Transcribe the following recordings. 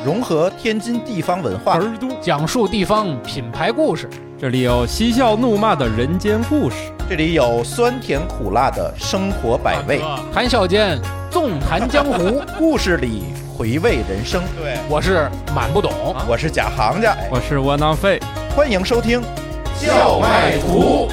融合天津地方文化， 讲述地方品牌故事。 这里有嬉笑怒骂的人间故事， 这里有酸甜苦辣的生活百味， 谈笑间纵谈江湖， 故事里回味人生。对， 我是满不懂， 我是贾行家， 我是窝囊废， 欢迎收听叫卖图。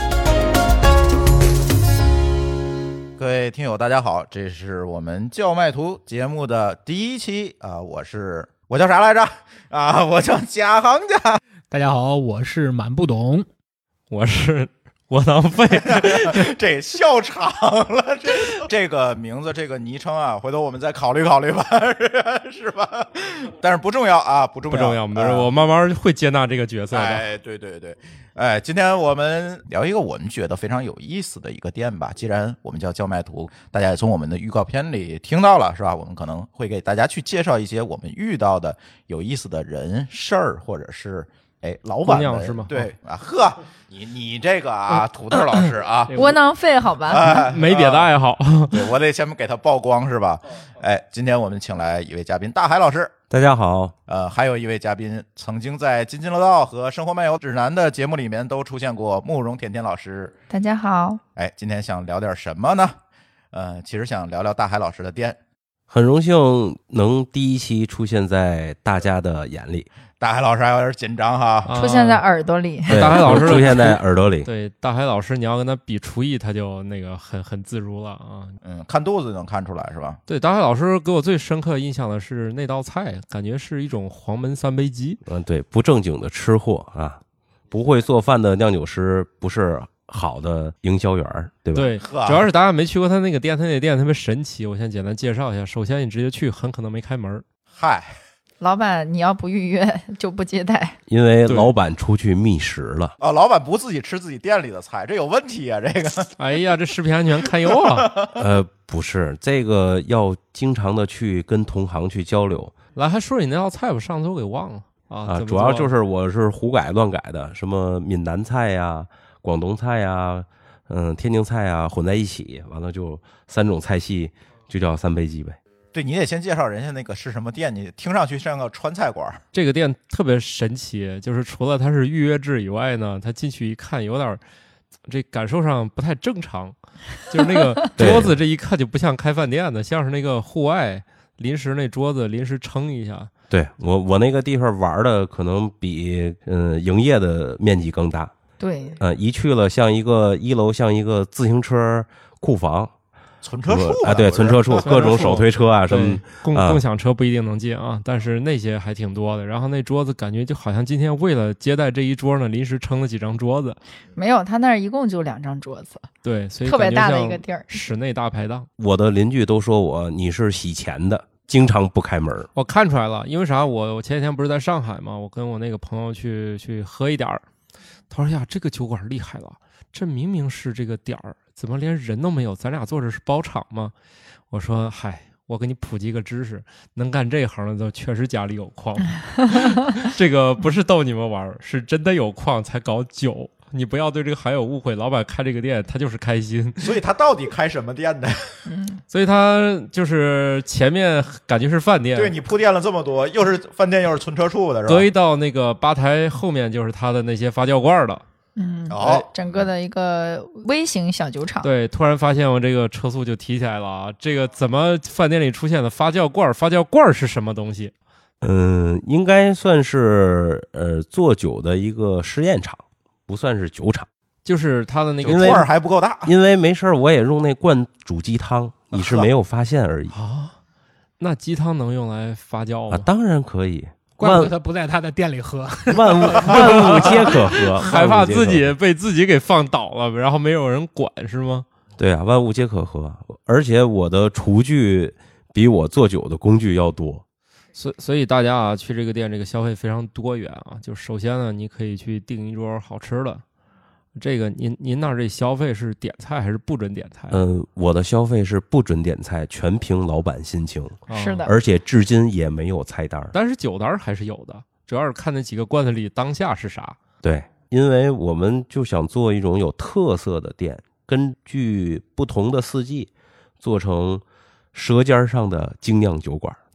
各位听友大家好，这是我们叫卖图节目的第一期啊，我叫啥来着啊？我叫贾行家。 大家好，我是满不懂， 我是窝囊废。 这笑场了，这个名字这个昵称啊，回头我们再考虑考虑吧，是吧？但是不重要啊，不重要， 我慢慢会接纳这个角色的。 哎，对，哎，今天我们聊一个我们觉得非常有意思的一个店吧。既然我们叫叫卖图，大家也从我们的预告片里听到了，是吧？我们可能会给大家去介绍一些我们遇到的有意思的人事儿，或者是老板们是吗？ 对啊，呵，你这个啊，土豆老师啊， 窝囊废好吧？ 没别的爱好， 对，我得先给他曝光是吧？哎，今天我们请来一位嘉宾，大海老师。 大家好。 还有一位嘉宾，曾经在津津乐道和生活漫游指南的节目里面都出现过，慕容甜甜老师。 大家好。 哎，今天想聊点什么呢？其实想聊聊大海老师的店。 很荣幸能第一期出现在大家的眼里。 大海老师还有点紧张哈， 出现在耳朵里。 大海老师出现在耳朵里。 对，大海老师，你要跟他比厨艺，他就那个很自如了啊。 看肚子能看出来是吧？ 对，大海老师给我最深刻印象的是那道菜，感觉是一种黄焖三杯鸡。 对，不正经的吃货啊，不会做饭的酿酒师，不是好的营销员，对吧？ 对，主要是大家没去过他那个店，他那店特别神奇。我先简单介绍一下，首先你直接去，很可能没开门。 嗨。 老板，你要不预约就不接待， 因为老板出去觅食了。 哦，老板不自己吃自己店里的菜，这有问题啊！这个， 哎呀，这食品安全堪忧啊！ 不是，这个要经常的去跟同行去交流。 来，还说你那道菜，我上次我给忘了啊。 主要就是我是胡改乱改的，什么闽南菜呀、广东菜呀、天津菜呀混在一起，完了就3种菜系，就叫三杯鸡呗。 对，你得先介绍人家那个是什么店，你听上去像个川菜馆。 这个店特别神奇，就是除了它是预约制以外呢，它进去一看有点这感受上不太正常，就是那个桌子这一看就不像开饭店的，像是那个户外临时那桌子临时撑一下。 对，我那个地方玩的可能比营业的面积更大。 对， 一去了像一个1楼像一个自行车库房。 存车处啊，对，存车处，各种手推车啊，什么共享车不一定能进啊，但是那些还挺多的。然后那桌子感觉就好像今天为了接待这一桌呢，临时撑了几张桌子。 没有，他那儿一共就2张桌子。 对，所以特别大的一个地儿， 室内大排档。 我的邻居都说你是洗钱的，经常不开门。 我看出来了，因为啥？我前几天不是在上海嘛，我跟我那个朋友去喝一点儿，他说呀，这个酒馆厉害了，这明明是这个点儿。怎么连人都没有？咱俩坐着是包场吗？我说嗨，我给你普及个知识，能干这行的都确实家里有矿。这个不是逗你们玩，是真的有矿才搞酒。你不要对这个还有误会，老板开这个店他就是开心。 所以他到底开什么店呢？ 所以他就是前面感觉是饭店， 对，你铺垫了这么多，又是饭店又是存车处的，是吧？ 隔一道那个吧台后面就是他的那些发酵罐了。 整个的一个微型小酒厂。 对，突然发现我这个车速就提起来了啊！这个怎么饭店里出现的发酵罐？发酵罐是什么东西？ 应该算是做酒的一个试验场，不算是酒厂。 就是它的那个罐还不够大， 因为没事我也用那罐煮鸡汤，你是没有发现而已啊。那鸡汤能用来发酵吗？ 当然可以。 怪不得他不在他的店里喝， 万物皆可喝， 害怕自己被自己给放倒了，然后没有人管是吗？ 对啊，万物皆可喝，而且我的厨具比我做酒的工具要多。 所以大家啊，去这个店这个消费非常多元啊。就首先呢，你可以去订一桌好吃的。这个您那儿这消费是点菜还是不准点菜？ 我的消费是不准点菜，全凭老板心情。 是的， 而且至今也没有菜单， 但是酒单还是有的，主要是看那几个罐子里当下是啥。 对，因为我们就想做一种有特色的店，根据不同的四季做成舌尖上的精酿酒馆。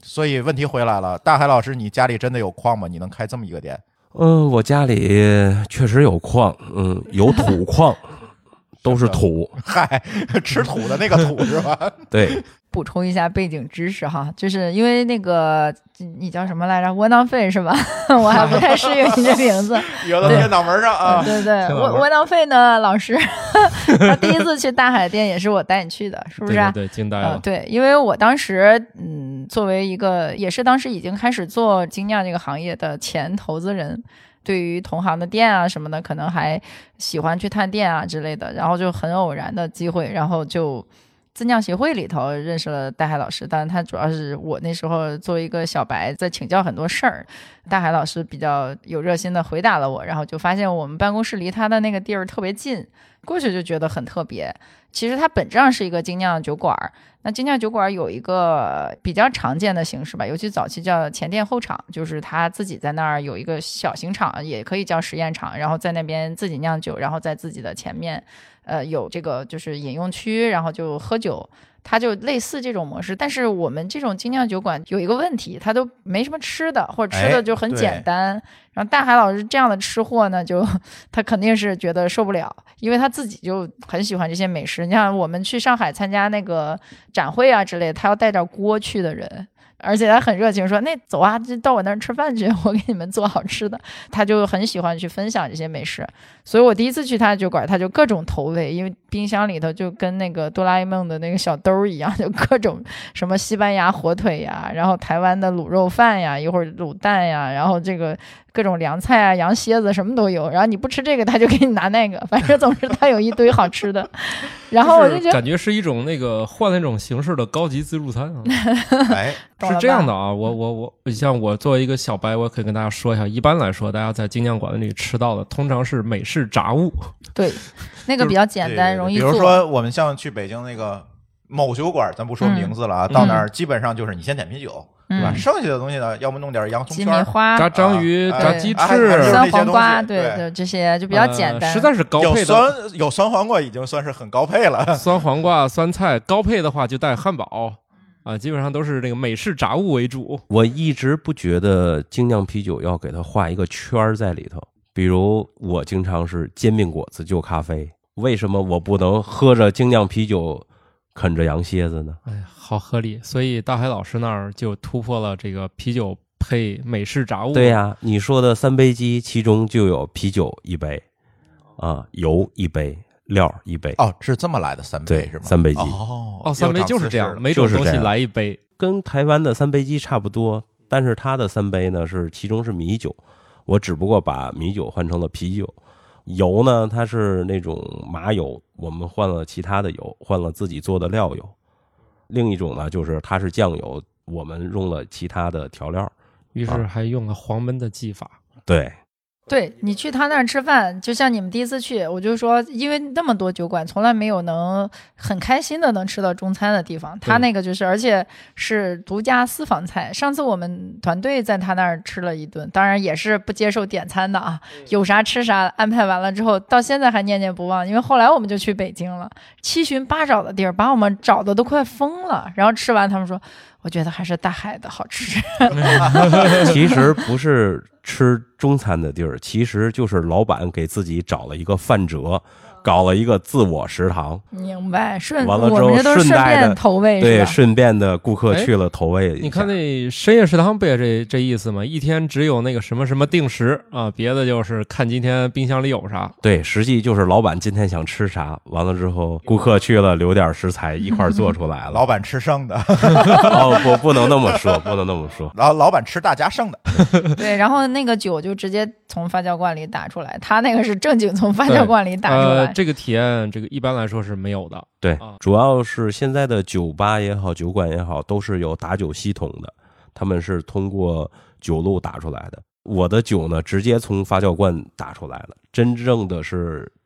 所以问题回来了，大海老师，你家里真的有矿吗？你能开这么一个店？ 我家里确实有矿，有土矿，都是土。 嗨，吃土的那个土是吧？ 对， 补充一下背景知识哈，就是因为那个你叫什么来着？窝囊废是吧？我还不太适应你这名字。 有的贴脑门上啊。 对对，窝囊废呢，老师，他第一次去大海店也是我带你去的，是不是啊？ 对，惊呆了。 对，因为我当时作为一个也是当时已经开始做精酿这个行业的前投资人。对于同行的店啊什么的，可能还喜欢去探店啊之类的，然后就很偶然的机会，然后就自酿协会里头认识了大海老师。当然他主要是我那时候作为一个小白在请教很多事儿，大海老师比较有热心的回答了我，然后就发现我们办公室离他的那个地儿特别近，过去就觉得很特别。其实它本质上是一个精酿酒馆，那精酿酒馆有一个比较常见的形式吧，尤其早期叫前店后厂，就是他自己在那儿有一个小型厂，也可以叫实验厂，然后在那边自己酿酒，然后在自己的前面有这个就是饮用区，然后就喝酒，它就类似这种模式。但是我们这种精酿酒馆有一个问题，它都没什么吃的，或者吃的就很简单。然后大海老师这样的吃货呢，就他肯定是觉得受不了，因为他自己就很喜欢这些美食。你像我们去上海参加那个展会啊之类的，他要带着锅去的人。而且他很热情，说那走啊，就到我那儿吃饭去，我给你们做好吃的。他就很喜欢去分享这些美食，所以我第一次去他的酒馆，他就各种投喂，因为冰箱里头就跟那个哆啦 A 梦的那个小兜一样，就各种什么西班牙火腿呀，然后台湾的卤肉饭呀，一会儿卤蛋呀，然后这个各种凉菜啊，羊蝎子什么都有。然后你不吃这个，他就给你拿那个，反正总之他有一堆好吃的。然后我就觉得感觉是一种那个换了一种形式的高级自助餐啊。 哎， 是这样的啊，我像我作为一个小白，我可以跟大家说一下，一般来说，大家在精酿馆里吃到的通常是美式炸物。 对，那个比较简单，容易做。 比如说我们像去北京那个某酒馆，咱不说名字了啊，到那儿基本上就是你先点啤酒。对吧？剩下的东西呢，要么弄点洋葱圈、 鸡米花、 炸章鱼、炸鸡翅、 酸黄瓜，对，这些就比较简单。 实在是高配的， 有酸黄瓜已经算是很高配了。 酸黄瓜、酸菜，高配的话就带汉堡啊，基本上都是这个美式炸物为主。 我一直不觉得精酿啤酒要给它画一个圈在里头，比如我经常是煎饼果子就咖啡，为什么我不能喝着精酿啤酒啃着羊蝎子呢？ 哎呀，好合理。所以大海老师那儿就突破了这个啤酒配美式炸物。 对呀，你说的三杯鸡，其中就有啤酒一杯，油一杯，料一杯。 哦，是这么来的三杯是吗？ 三杯鸡。 哦， 三杯就是这样，每种东西来一杯， 跟台湾的三杯鸡差不多，但是它的三杯呢是其中是米酒，我只不过把米酒换成了啤酒。油呢，它是那种麻油，我们换了其他的油，换了自己做的料油。另一种呢，就是它是酱油，我们用了其他的调料， 于是还用了黄焖的技法。 对，你去他那儿吃饭，就像你们第一次去，我就说，因为那么多酒馆，从来没有能很开心的能吃到中餐的地方。他那个就是，而且是独家私房菜。上次我们团队在他那儿吃了一顿，当然也是不接受点餐的啊，有啥吃啥。安排完了之后，到现在还念念不忘，因为后来我们就去北京了，七寻八找的地儿，把我们找的都快疯了。然后吃完，他们说，我觉得还是大海的好吃。 其实不是吃中餐的地儿，其实就是老板给自己找了一个饭辙，搞了一个自我食堂。 明白， 完了之后我们这都是顺便投喂， 对，顺便的顾客去了投喂。 你看那深夜食堂不也这意思吗？一天只有那个什么什么定时啊，别的就是看今天冰箱里有啥。 对，实际就是老板今天想吃啥，完了之后顾客去了留点食材一块做出来了。 老板吃剩的。 哦，不能那么说，不能那么说。 然后老板吃大家剩的。 对，然后那个酒就直接从发酵罐里打出来，他那个是正经从发酵罐里打出来。 这个体验，这个一般来说是没有的。 对，主要是现在的酒吧也好，酒馆也好，都是有打酒系统的，他们是通过酒路打出来的。我的酒呢，直接从发酵罐打出来了，真正的是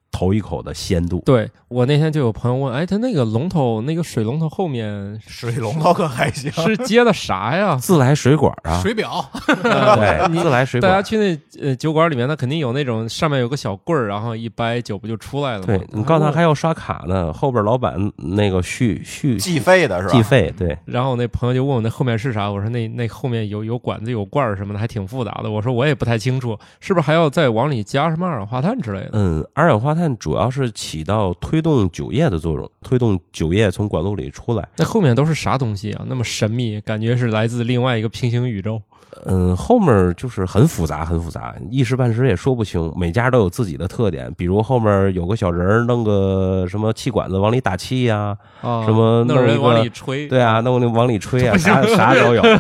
头一口的鲜度。 对，我那天就有朋友问，哎，他那个龙头，那个水龙头后面水龙头可还行， 是接的啥呀？ 自来水管啊， 水表， 对，自来水管。 大家去那酒馆里面，它肯定有那种上面有个小棍儿，然后一掰酒不就出来了吗？ 对，你告诉他还要刷卡呢，后边老板那个续计费的是吧？ 计费，对。 然后我那朋友就问我那后面是啥，我说那后面有管子有罐儿什么的，还挺复杂的。我说我也不太清楚，是不是还要再往里加什么二氧化碳之类的？ 二氧化碳主要是起到推动酒液的作用，推动酒液从管路里出来。 那后面都是啥东西啊？那么神秘，感觉是来自另外一个平行宇宙。 后面就是很复杂，一时半时也说不清，每家都有自己的特点。比如后面有个小人弄个什么气管子往里打气呀，什么弄人往里吹， 对啊，弄往里吹啊，啥都有。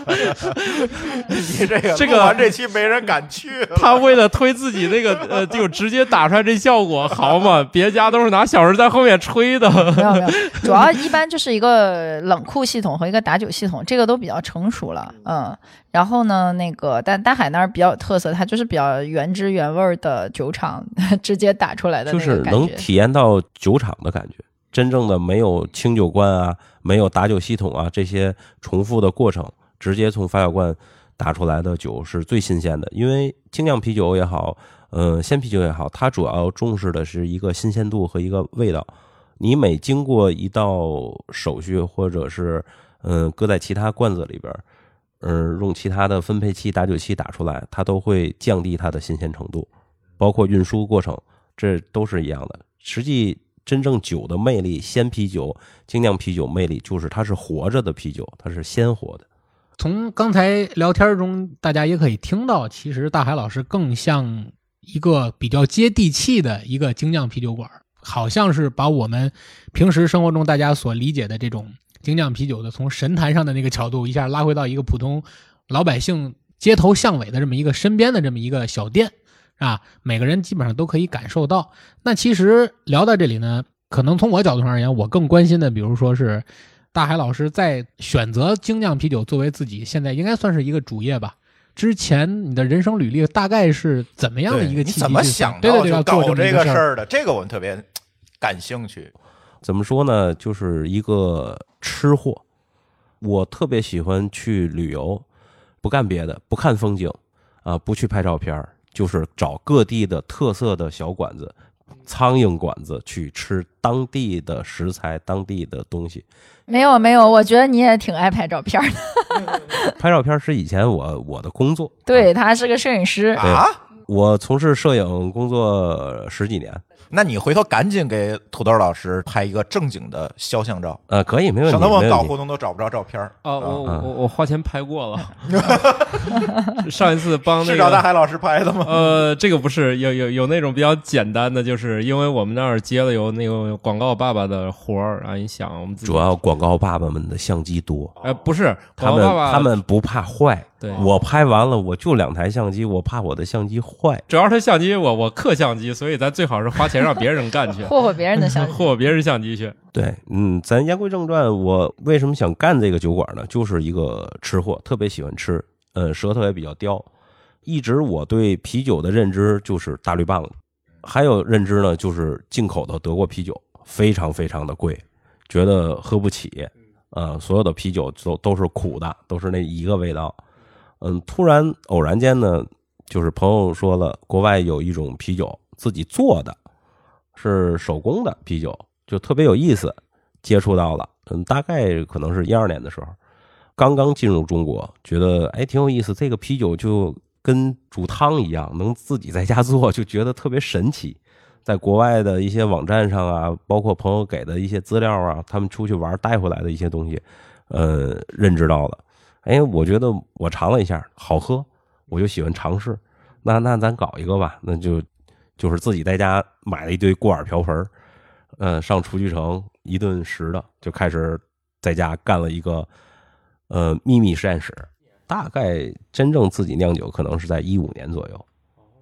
你这个完这期没人敢去了。 他为了推自己那个就直接打出来这效果好嘛？别家都是拿小人在后面吹的。 没有，主要一般就是一个冷库系统和一个打酒系统，这个都比较成熟了。然后呢，但大海那儿比较有特色，它就是比较原汁原味的酒厂直接打出来的那个感觉， 就是能体验到酒厂的感觉。真正的没有清酒罐啊，没有打酒系统啊，这些重复的过程，直接从发酵罐打出来的酒是最新鲜的。因为精酿啤酒也好，鲜啤酒也好，它主要重视的是一个新鲜度和一个味道。你每经过一道手续，或者是搁在其他罐子里边，用其他的分配器、打酒器打出来，它都会降低它的新鲜程度，包括运输过程，这都是一样的。实际真正酒的魅力，鲜啤酒、精酿啤酒魅力就是它是活着的啤酒，它是鲜活的。 从刚才聊天中，大家也可以听到，其实大海老师更像一个比较接地气的一个精酿啤酒馆，好像是把我们平时生活中大家所理解的这种精酿啤酒的从神坛上的那个角度一下拉回到一个普通老百姓街头巷尾的这么一个身边的这么一个小店啊，每个人基本上都可以感受到。那其实聊到这里呢，可能从我角度上而言，我更关心的比如说是大海老师在选择精酿啤酒作为自己现在应该算是一个主业吧，之前你的人生履历大概是怎么样的一个契机？ 你怎么想到就搞这个事儿的？这个我特别感兴趣。 怎么说呢？就是一个吃货。我特别喜欢去旅游，不干别的，不看风景啊，不去拍照片，就是找各地的特色的小馆子、苍蝇馆子去吃当地的食材、当地的东西。 没有，我觉得你也挺爱拍照片的。 拍照片是以前我的工作。 对，他是个摄影师啊。 我从事摄影工作10几年。 那你回头赶紧给土豆老师拍一个正经的肖像照。 可以，没问题。 省得我搞活动都找不着照片。 我花钱拍过了。上一次帮是找大海老师拍的吗？ 这个不是，有那种比较简单的，就是因为我们那儿接了有那个广告爸爸的活儿啊。你想，我们自己主要广告爸爸们的相机多。 不是，广告爸爸他们不怕坏。 对， 我拍完了，我就2台相机，我怕我的相机坏。 主要是相机我刻相机，所以咱最好是花钱让别人干去， 霍霍别人的相机， 霍霍别人相机去。 对，咱言归正传，我为什么想干这个酒馆呢？就是一个吃货，特别喜欢吃，舌头也比较刁。一直我对啤酒的认知就是大绿棒子，还有认知呢就是进口的德国啤酒非常非常的贵，觉得喝不起。所有的啤酒都是苦的，都是那一个味道。突然偶然间呢，就是朋友说了，国外有一种啤酒自己做的，是手工的啤酒，就特别有意思，接触到了。大概可能是12年的时候，刚刚进入中国，觉得挺有意思，这个啤酒就跟煮汤一样，能自己在家做，就觉得特别神奇。在国外的一些网站上啊，包括朋友给的一些资料啊，他们出去玩带回来的一些东西，认知到了。我觉得我尝了一下，好喝，我就喜欢尝试。那咱搞一个吧，那就是自己在家买了一堆锅碗瓢盆，上厨具城一顿食的，就开始在家干了一个秘密实验室。大概真正自己酿酒可能是在15年左右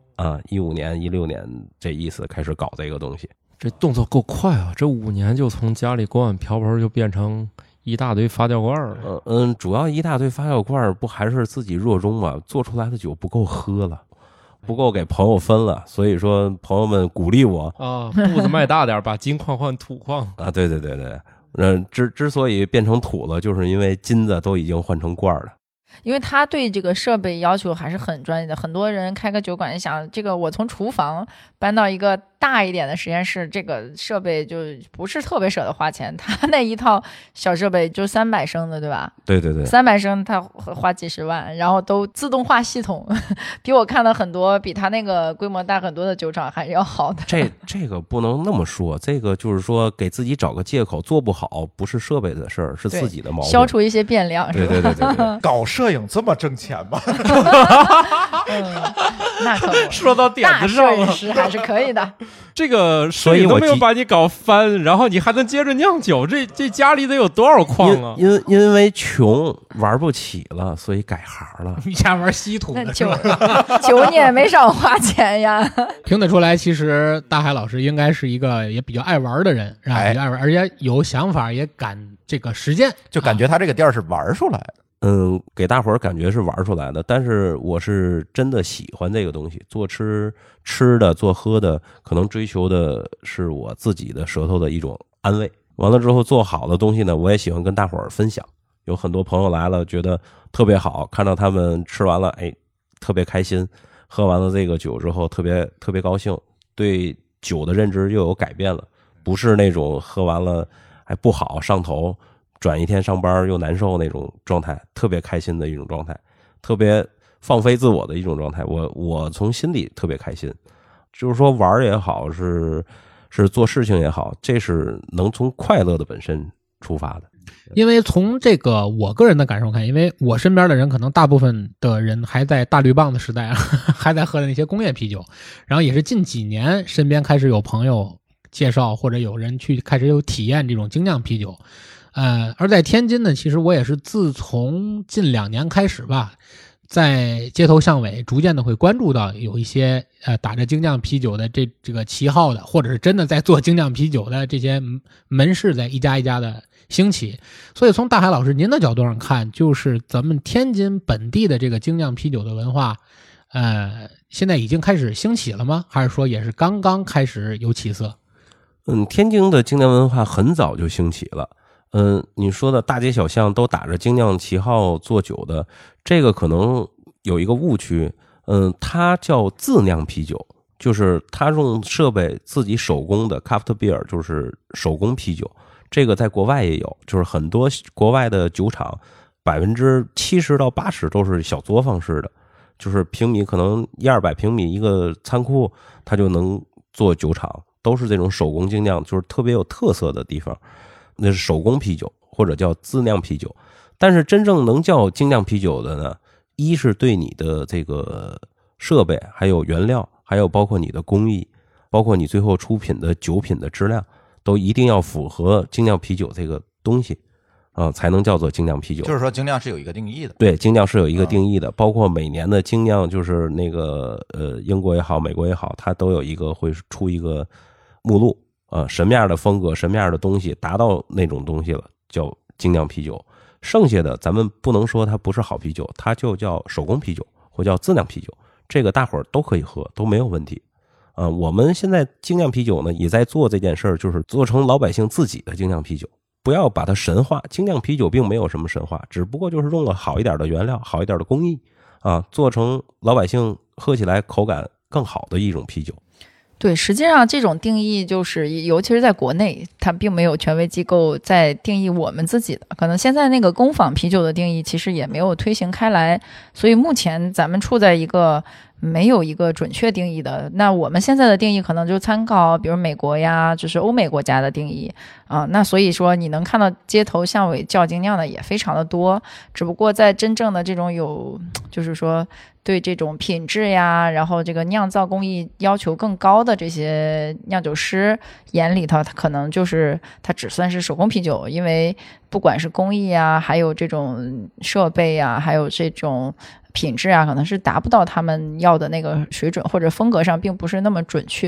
，15年16年这意思开始搞这个东西。 这动作够快啊！这5年就从家里锅碗瓢盆就变成一大堆发酵罐了。 主要一大堆发酵罐不还是自己热衷嘛，做出来的酒不够喝了。 不够给朋友分了，所以说朋友们鼓励我啊，步子迈大点，把金矿换土矿啊，对，之所以变成土了，就是因为金子都已经换成罐了。 因为他对这个设备要求还是很专业的，很多人开个酒馆想，这个我从厨房搬到一个大一点的实验室，这个设备就不是特别舍得花钱。他那一套小设备就300升的，对吧？ 对 ，300升他花几十万，然后都自动化系统，比我看到很多比他那个规模大很多的酒厂还要好的。 这个不能那么说，这个就是说给自己找个借口，做不好不是设备的事儿，是自己的毛病， 消除一些变量，是吧？ 对， 搞摄影这么挣钱吗？ 那可不， 说到点子上了， 大摄影师还是可以的。 这个摄影都没有把你搞翻，然后你还能接着酿酒，这家里得有多少矿啊？ 因为穷玩不起了，所以改行了。 你家玩稀土的是吧？ 酒你也没少花钱呀。 听得出来，其实大海老师应该是一个也比较爱玩的人，是吧？比较爱玩，而且有想法，也敢这个实践， 就感觉他这个店是玩出来的。 给大伙儿感觉是玩出来的，但是我是真的喜欢这个东西，做吃的做喝的，可能追求的是我自己的舌头的一种安慰。完了之后做好的东西呢，我也喜欢跟大伙儿分享。有很多朋友来了，觉得特别好，看到他们吃完了，特别开心，喝完了这个酒之后特别高兴，对酒的认知又有改变了，不是那种喝完了还不好上头，转一天上班又难受那种状态，特别开心的一种状态，特别放飞自我的一种状态。我从心里特别开心，就是说玩也好，是做事情也好，这是能从快乐的本身出发的。 因为从这个我个人的感受看，因为我身边的人可能大部分的人还在大绿棒的时代，还在喝的那些工业啤酒，然后也是近几年身边开始有朋友介绍，或者有人去开始有体验这种精酿啤酒。而在天津呢，其实我也是自从近2年开始吧，在街头巷尾逐渐的会关注到有一些打着精酿啤酒的这个旗号的，或者是真的在做精酿啤酒的这些门市在一家一家的兴起。所以从大海老师您的角度上看，就是咱们天津本地的这个精酿啤酒的文化现在已经开始兴起了吗？还是说也是刚刚开始有起色？ 天津的精酿文化很早就兴起了。你说的大街小巷都打着精酿旗号做酒的，这个可能有一个误区。它叫自酿啤酒，就是它用设备自己手工的 craft beer， 就是手工啤酒。这个在国外也有，就是很多国外的酒厂70%到80%都是小作坊式的，就是平米可能100-200平米一个仓库，它就能做酒厂，都是这种手工精酿，就是特别有特色的地方。那是手工啤酒或者叫自酿啤酒。但是真正能叫精酿啤酒的呢，一是对你的这个设备还有原料，还有包括你的工艺，包括你最后出品的酒品的质量，都一定要符合精酿啤酒这个东西才能叫做精酿啤酒。 就是说精酿是有一个定义的。 对，精酿是有一个定义的，包括每年的精酿，就是那个英国也好美国也好，它都有一个会出一个目录什么样的风格什么样的东西达到那种东西了叫精酿啤酒。剩下的咱们不能说它不是好啤酒，它就叫手工啤酒或叫自酿啤酒，这个大伙儿都可以喝，都没有问题。我们现在精酿啤酒呢也在做这件事儿，就是做成老百姓自己的精酿啤酒，不要把它神化。精酿啤酒并没有什么神化，只不过就是用了好一点的原料，好一点的工艺做成老百姓喝起来口感更好的一种啤酒。 对，实际上这种定义就是，尤其是在国内，它并没有权威机构在定义我们自己的。可能现在那个工坊啤酒的定义其实也没有推行开来，所以目前咱们处在一个没有一个准确定义的。那我们现在的定义可能就参考，比如美国呀，就是欧美国家的定义那所以说你能看到街头巷尾叫精酿的也非常的多，只不过在真正的这种就是说对这种品质呀，然后这个酿造工艺要求更高的这些酿酒师眼里头，它可能就是它只算是手工啤酒，因为不管是工艺啊，还有这种设备啊，还有这种品质啊，可能是达不到他们要的那个水准，或者风格上并不是那么准确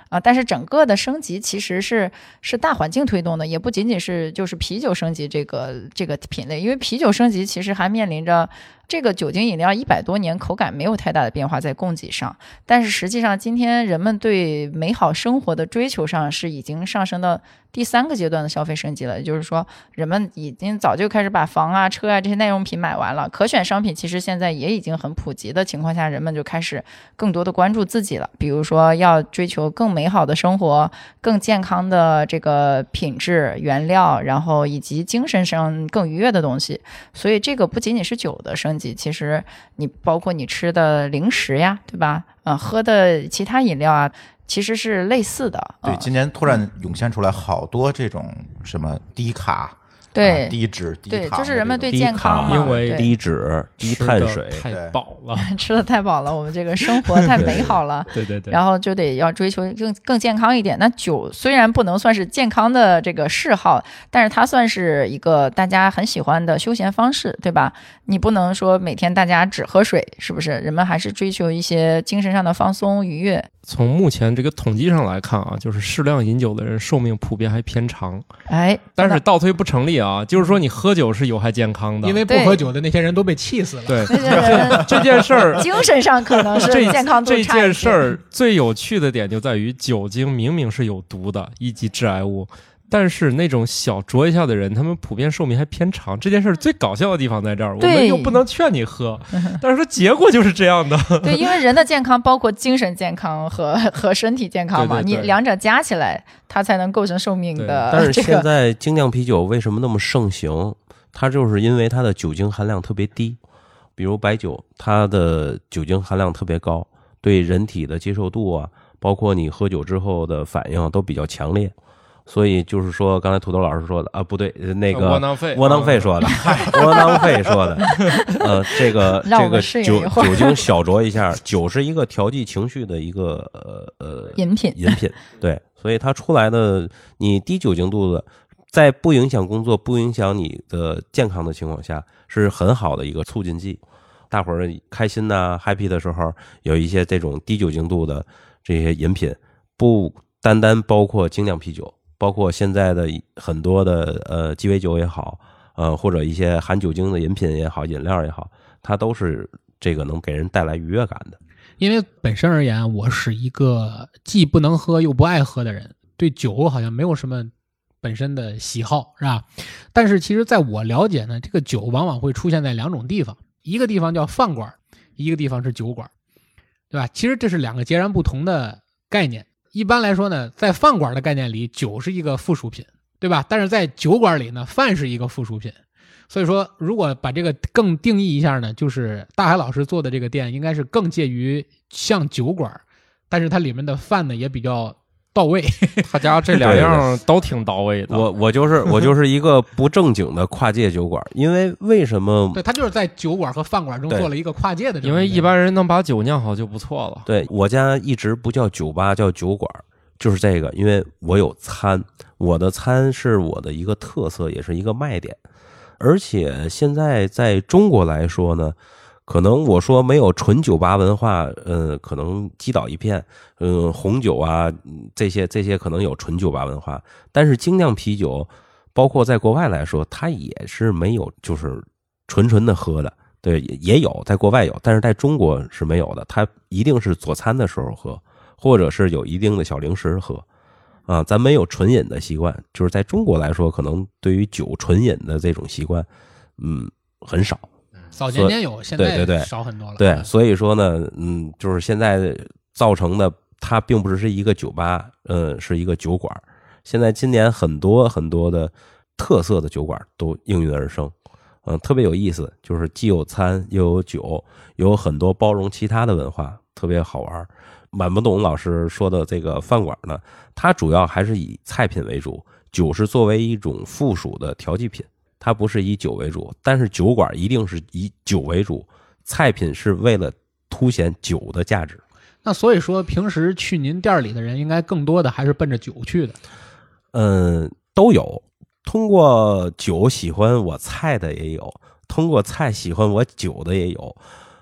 但是整个的升级其实是大环境推动的，也不仅仅是就是啤酒升级这个品类，因为啤酒升级其实还面临着这个酒精饮料100多年口感没有太大的变化在供给上，但是实际上今天人们对美好生活的追求上是已经上升到第3个阶段的消费升级了，也就是说人们已经早就开始把房啊车啊这些耐用品买完了，可选商品其实现在也已经很普及的情况下，人们就开始更多的关注自己了，比如说要追求更美好的生活，更健康的这个品质原料，然后以及精神上更愉悦的东西，所以这个不仅仅是酒的升级，其实你包括你吃的零食呀，对吧？喝的其他饮料啊，其实是类似的。 对，今年突然涌现出来好多这种什么低卡。 对， 低脂低对， 糖， 就是人们对健康嘛， 因为低脂低碳水太饱了， 吃的太饱了，我们这个生活太美好了， 对对对， 然后就得要追求更健康一点。那酒虽然不能算是健康的这个嗜好，但是它算是一个大家很喜欢的休闲方式，对吧？你不能说每天大家只喝水，是不是？人们还是追求一些精神上的放松愉悦。 从目前这个统计上来看啊，就是适量饮酒的人寿命普遍还偏长。但是倒推不成立啊，就是说你喝酒是有害健康的， 因为不喝酒的那些人都被气死了。 对，这件事儿精神上可能是健康度差一些。 这件事儿最有趣的点就在于，酒精明明是有毒的一级致癌物，但是那种小酌一下的人，他们普遍寿命还偏长。这件事最搞笑的地方在这儿，我们又不能劝你喝，但是说结果就是这样的。 对，因为人的健康包括精神健康和身体健康嘛， 对对对， 你两者加起来，它才能构成寿命的。 但是现在精酿啤酒为什么那么盛行？它就是因为它的酒精含量特别低，比如白酒，它的酒精含量特别高，对人体的接受度啊，包括你喝酒之后的反应都比较强烈。所以就是说，刚才土豆老师说的啊，不对，那个窝囊废说的，窝囊废说的，这个酒精小酌一下，酒是一个调剂情绪的一个饮品，对，所以它出来的你低酒精度的，在不影响工作、不影响你的健康的情况下，是很好的一个促进剂。大伙儿开心呐、happy 的时候，有一些这种低酒精度的这些饮品，不单单包括精酿啤酒。包括现在的很多的鸡尾酒也好，或者一些含酒精的饮品也好，饮料也好，它都是这个能给人带来愉悦感的。 因为本身而言，我是一个既不能喝又不爱喝的人，对酒好像没有什么本身的喜好，是吧？但是其实在我了解呢，这个酒往往会出现在2种地方，一个地方叫饭馆，一个地方是酒馆，对吧？其实这是2个截然不同的概念。一般来说呢，在饭馆的概念里，酒是一个附属品，对吧？但是在酒馆里呢，饭是一个附属品。所以说，如果把这个更定义一下呢，就是大海老师做的这个店应该是更介于像酒馆，但是它里面的饭呢也比较到位。 他家这2样都挺到位的。 我就是一个不正经的跨界酒馆，因为什么？ 对，他就是在酒馆和饭馆中做了一个跨界的。 因为一般人能把酒酿好就不错了。 对，我家一直不叫酒吧，叫酒馆，就是这个，因为我有餐，我的餐是我的一个特色，也是一个卖点。而且现在在中国来说呢，可能我说没有纯酒吧文化，可能击倒一片，红酒啊，这些可能有纯酒吧文化，但是精酿啤酒，包括在国外来说，它也是没有就是纯的喝的，对，也有在国外有，但是在中国是没有的，它一定是做餐的时候喝，或者是有一定的小零食喝。啊，咱没有纯饮的习惯，就是在中国来说，可能对于酒纯饮的这种习惯，很少。 早年间有，现在少很多了。 对，所以说呢，就是现在造成的，它并不是一个酒吧，是一个酒馆。现在今年很多的特色的酒馆都应运而生，特别有意思，就是既有餐又有酒，有很多包容其他的文化，特别好玩。满不懂老师说的这个饭馆呢，它主要还是以菜品为主，酒是作为一种附属的调剂品，它不是以酒为主。但是酒馆一定是以酒为主，菜品是为了凸显酒的价值。 那所以说，平时去您店里的人，应该更多的还是奔着酒去的。 都有，通过酒喜欢我菜的也有，通过菜喜欢我酒的也有。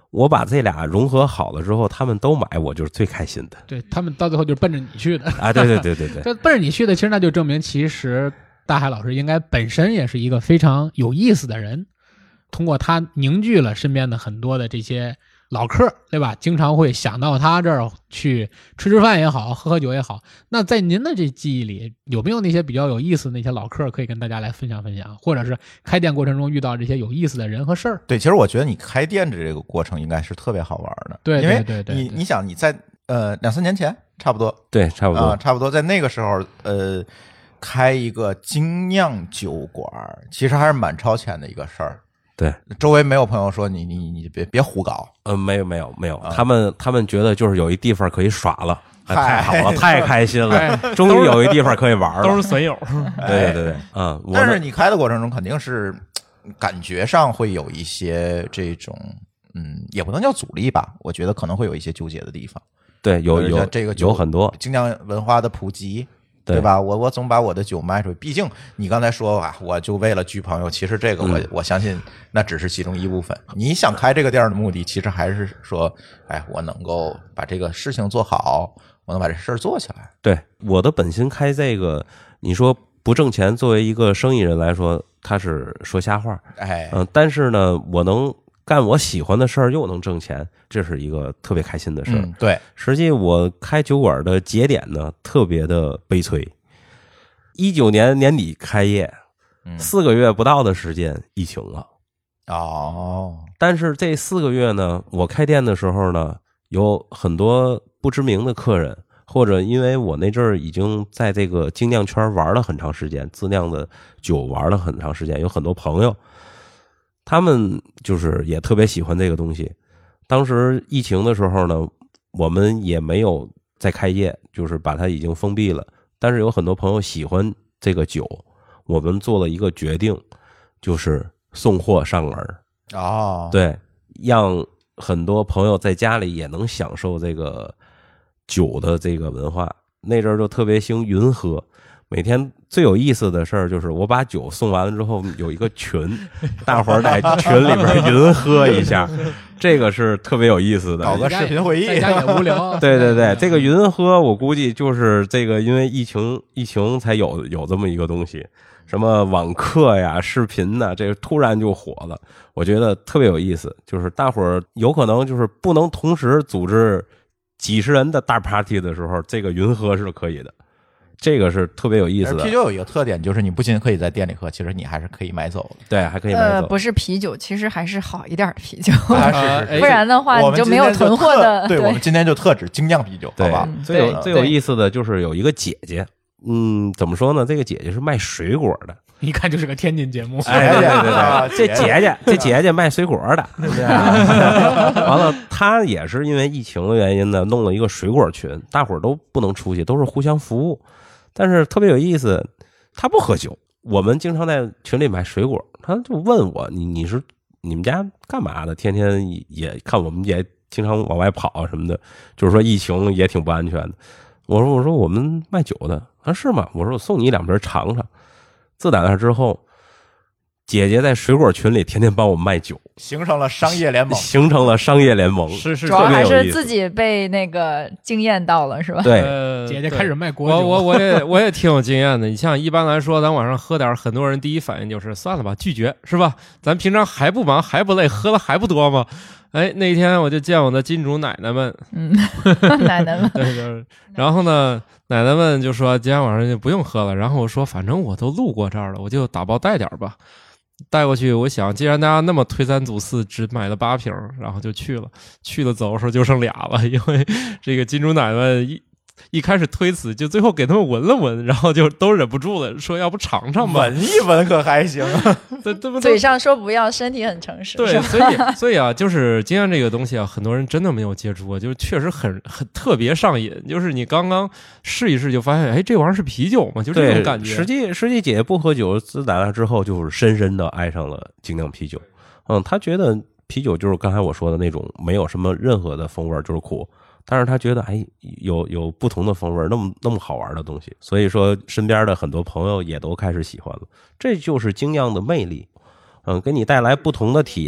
我把这俩融合好了之后，他们都买，我就是最开心的。 对他们到最后就是奔着你去的啊！对对对对对， 这奔着你去的，其实那就证明，其实大海老师应该本身也是一个非常有意思的人。通过他凝聚了身边的很多的这些老客，对吧？经常会想到他这儿去吃饭也好，喝酒也好。那在您的这记忆里，有没有那些比较有意思的那些老客可以跟大家来分享分享？或者是开店过程中遇到这些有意思的人和事儿？ 对，其实我觉得你开店的这个过程应该是特别好玩的。 对， 因为对， 你想你在2-3年前差不多， 对，差不多差不多在那个时候开一个精酿酒馆，其实还是蛮超前的一个事儿。 对， 周围没有朋友说你别胡搞。 没有，他们觉得就是有一地方可以耍了，太好了，太开心了，终于有一地方可以玩了， 都是损友。 对， 但是你开的过程中肯定是感觉上会有一些这种也不能叫阻力吧，我觉得可能会有一些纠结的地方。 对，有这个有很多精酿文化的普及。对吧？我总把我的酒卖出去，毕竟你刚才说啊，我就为了聚朋友，其实这个我相信那只是其中一部分。你想开这个店的目的，其实还是说，哎，我能够把这个事情做好，我能把这事儿做起来。 对，我的本心开这个，你说不挣钱，作为一个生意人来说，他是说瞎话。但是呢，我能干我喜欢的事儿，又能挣钱，这是一个特别开心的事儿。 对， 实际我开酒馆的节点呢，特别的悲催。19年年底开业，4个月不到的时间，疫情了。但是这4个月呢，我开店的时候呢，有很多不知名的客人，或者因为我那阵儿已经在这个精酿圈玩了很长时间，自酿的酒玩了很长时间，有很多朋友。他们就是也特别喜欢这个东西。当时疫情的时候呢，我们也没有再开业，就是把它已经封闭了。但是有很多朋友喜欢这个酒，我们做了一个决定，就是送货上门。对，让很多朋友在家里也能享受这个酒的这个文化。那阵儿就特别兴云喝。每天最有意思的事儿就是我把酒送完了之后，有一个群，大伙儿在群里边云喝一下，这个是特别有意思的。 搞个视频会议， 大家也无聊。 对，这个云喝我估计就是这个，因为疫情才有这么一个东西，什么网课呀、视频呐，这个突然就火了，我觉得特别有意思。就是大伙儿有可能就是不能同时组织几十人的大 party 的时候，这个云喝是可以的。这个是特别有意思的。 啤酒有一个特点，就是你不仅可以在店里喝，其实你还是可以买走的。 对，还可以买走。 不是啤酒，其实还是好一点的啤酒， 是不然的话你就没有囤货的。 对，我们今天就特指精酿啤酒，好吧？ 最有意思的就是有一个姐姐，怎么说呢？这个姐姐是卖水果的， 一看就是个天津节目。 对，这姐姐卖水果的。完了，她也是因为疫情的原因呢，弄了一个水果群，大伙儿都不能出去，都是互相服务。但是特别有意思，她不喝酒，我们经常在群里买水果，她就问我，你们家干嘛的？天天也看我们也经常往外跑啊什么的，就是说疫情也挺不安全的。我说我们卖酒的。她说是吗？我说我送你2瓶尝尝。自打那之后，姐姐在水果群里天天帮我卖酒， 形成了商业联盟。 是， 主要还是自己被那个经验到了，是吧？ 对， 姐姐开始卖果酒。 我也挺有经验的。你像一般来说，咱晚上喝点，很多人第一反应就是算了吧，拒绝，是吧？咱平常还不忙还不累，喝了还不多吗？哎，那天我就见我的金主奶奶们， 奶奶们， 对，然后呢，奶奶们就说今天晚上就不用喝了。然后我说，反正我都路过这儿了，我就打包带点吧。带过去，我想既然大家那么推三阻四，只买了8瓶，然后就去了走的时候就剩俩了，因为这个金主奶奶一开始推辞，就最后给他们闻了闻，然后就都忍不住了，说要不尝尝吧。 闻一闻可还行， 嘴上说不要，身体很诚实。 对，所以啊，就是精酿这个东西啊，很多人真的没有接触过，就是确实很特别上瘾。就是你刚刚试一试就发现，哎，这玩意儿是啤酒吗？就这种感觉。 实际姐姐不喝酒，自打那之后就是深深的爱上了精酿啤酒。她觉得啤酒就是刚才我说的那种，没有什么任何的风味，就是苦。但是他觉得，哎，有不同的风味，那么好玩的东西，所以说身边的很多朋友也都开始喜欢了。这就是精酿的魅力，给你带来不同的体验，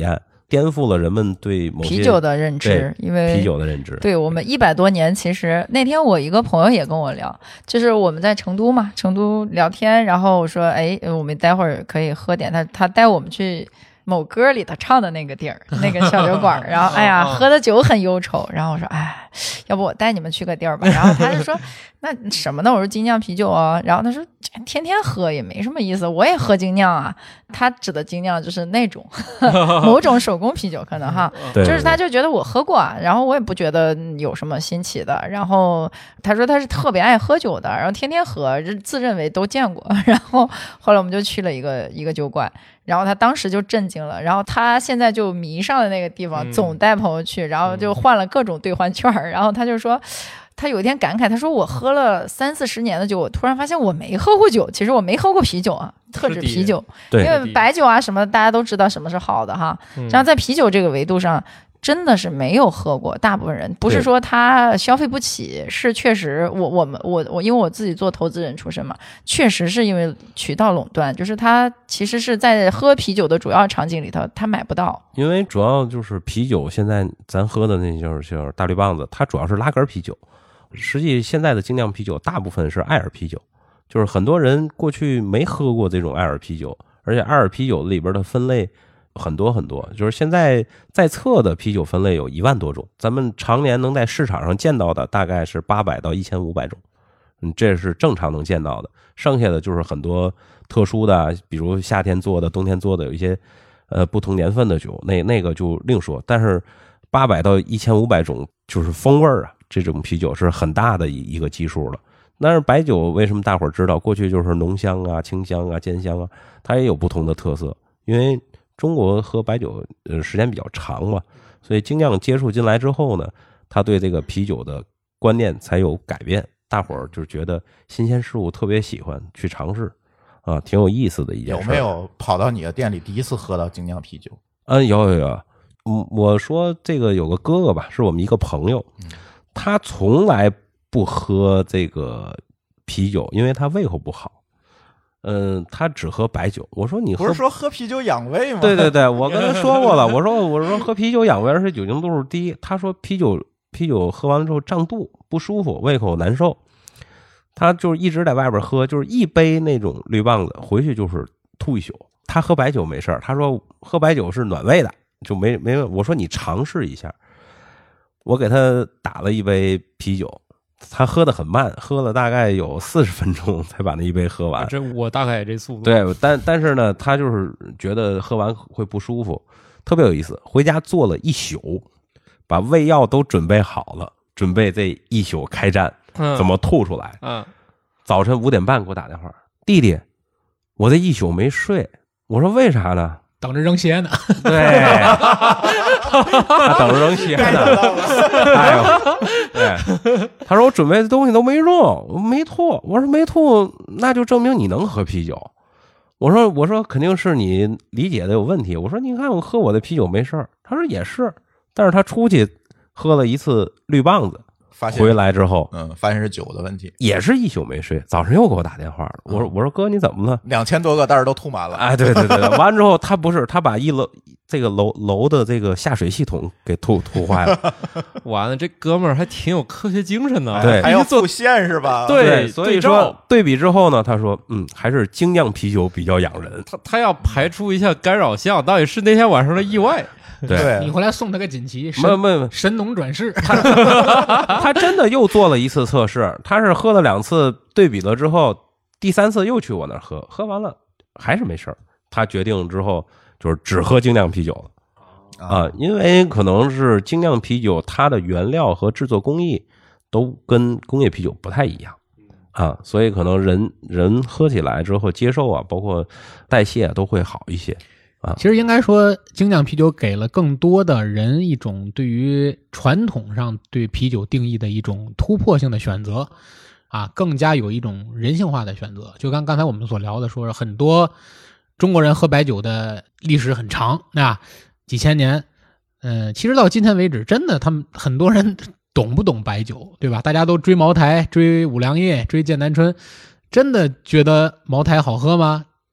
颠覆了人们对某些啤酒的认知，因为啤酒的认知。 对我们100多年，其实那天我一个朋友也跟我聊，就是我们在成都嘛，成都聊天，然后我说，哎，我们待会儿可以喝点，他带我们去某歌里头唱的那个地儿，那个小酒馆，然后哎呀，喝的酒很忧愁，然后我说，哎，要不我带你们去个地儿吧？然后他就说，那什么呢？我说精酿啤酒啊。然后他说，天天喝也没什么意思，我也喝精酿啊。他指的精酿就是那种某种手工啤酒，可能哈， 对就是他就觉得我喝过啊，然后我也不觉得有什么新奇的。然后他说他是特别爱喝酒的，然后天天喝，自认为都见过。然后后来我们就去了一个酒馆。然后他当时就震惊了，然后他现在就迷上了那个地方，总带朋友去，然后就换了各种兑换券。然后他就说，他有一天感慨，他说我喝了30-40年的酒，我突然发现我没喝过酒，其实我没喝过啤酒啊，特指啤酒， 对， 因为白酒啊什么的大家都知道什么是好的哈。然后在啤酒这个维度上，真的是没有喝过，大部分人不是说他消费不起，是确实我因为我自己做投资人出身嘛，确实是因为渠道垄断，就是他其实是在喝啤酒的主要场景里头他买不到， 因为主要就是啤酒，现在咱喝的那就是大绿棒子，它主要是拉格啤酒。实际现在的精酿啤酒大部分是艾尔啤酒，就是很多人过去没喝过这种艾尔啤酒，而且艾尔啤酒里边的分类很多很多，就是现在在册的啤酒分类有1万多种，咱们常年能在市场上见到的大概是800到1500种，这是正常能见到的。剩下的就是很多特殊的，比如夏天做的、冬天做的，有一些不同年份的酒，那个就另说。但是800到1500种就是风味啊，这种啤酒是很大的一个基数了。但是白酒为什么大伙儿知道？过去就是浓香啊、清香啊、尖香啊，它也有不同的特色，因为中国喝白酒时间比较长嘛，所以精酿接触进来之后呢，他对这个啤酒的观念才有改变，大伙儿就觉得新鲜事物特别喜欢去尝试啊，挺有意思的一件事。 有没有跑到你的店里第一次喝到精酿啤酒？ 有。我说这个有个哥哥吧，是我们一个朋友，他从来不喝这个啤酒，因为他胃口不好。他只喝白酒。我说你不是说喝啤酒养胃吗？ 对，我跟他说过了。我说喝啤酒养胃，而且酒精度数低。他说啤酒喝完了之后胀肚不舒服，胃口难受。他就是一直在外边喝，就是一杯那种绿棒子回去就是吐一宿。他喝白酒没事，他说喝白酒是暖胃的，就没。我说你尝试一下。我给他打了一杯啤酒。他喝得很慢，喝了大概有40分钟才把那一杯喝完。 这我大概也这速度。 对，但是呢，他就是觉得喝完会不舒服，特别有意思。回家做了一宿，把胃药都准备好了，准备这一宿开战，怎么吐出来。早晨5点半给我打电话，弟弟，我这一宿没睡。我说为啥呢？ 等着扔鞋呢。 对，他等着扔鞋呢。哎呦，对，他说我准备的东西都没用，我没吐。我说没吐，那就证明你能喝啤酒。我说肯定是你理解的有问题。我说你看我喝我的啤酒没事儿。他说也是，但是他出去喝了一次绿棒子，回来之后， 发现是酒的问题， 也是一宿没睡。早上又给我打电话了，我说哥你怎么了 ？2000多个袋儿都吐满了。 哎，对，完之后他不是他把这个楼的这个下水系统给吐坏了。 完了，这哥们儿还挺有科学精神的， 对， 还要复现是吧？ 对，所以说对比之后呢，他说还是精酿啤酒比较养人。 他要排除一下干扰项，到底是那天晚上的意外。 对， 你回来送他个锦旗，神农转世。 他真的又做了一次测试，他是喝了2次，对比了之后，第3次又去我那儿喝完了还是没事儿。他决定之后就是只喝精酿啤酒了啊，因为可能是精酿啤酒它的原料和制作工艺都跟工业啤酒不太一样啊，所以可能人喝起来之后接受啊，包括代谢都会好一些。 其实应该说，精酿啤酒给了更多的人一种对于传统上对啤酒定义的一种突破性的选择，更加有一种人性化的选择。就刚才我们所聊的，说很多中国人喝白酒的历史很长，几千年，其实到今天为止，真的他们很多人懂不懂白酒，对吧？大家都追茅台、追五粮液、追剑南春，真的觉得茅台好喝吗？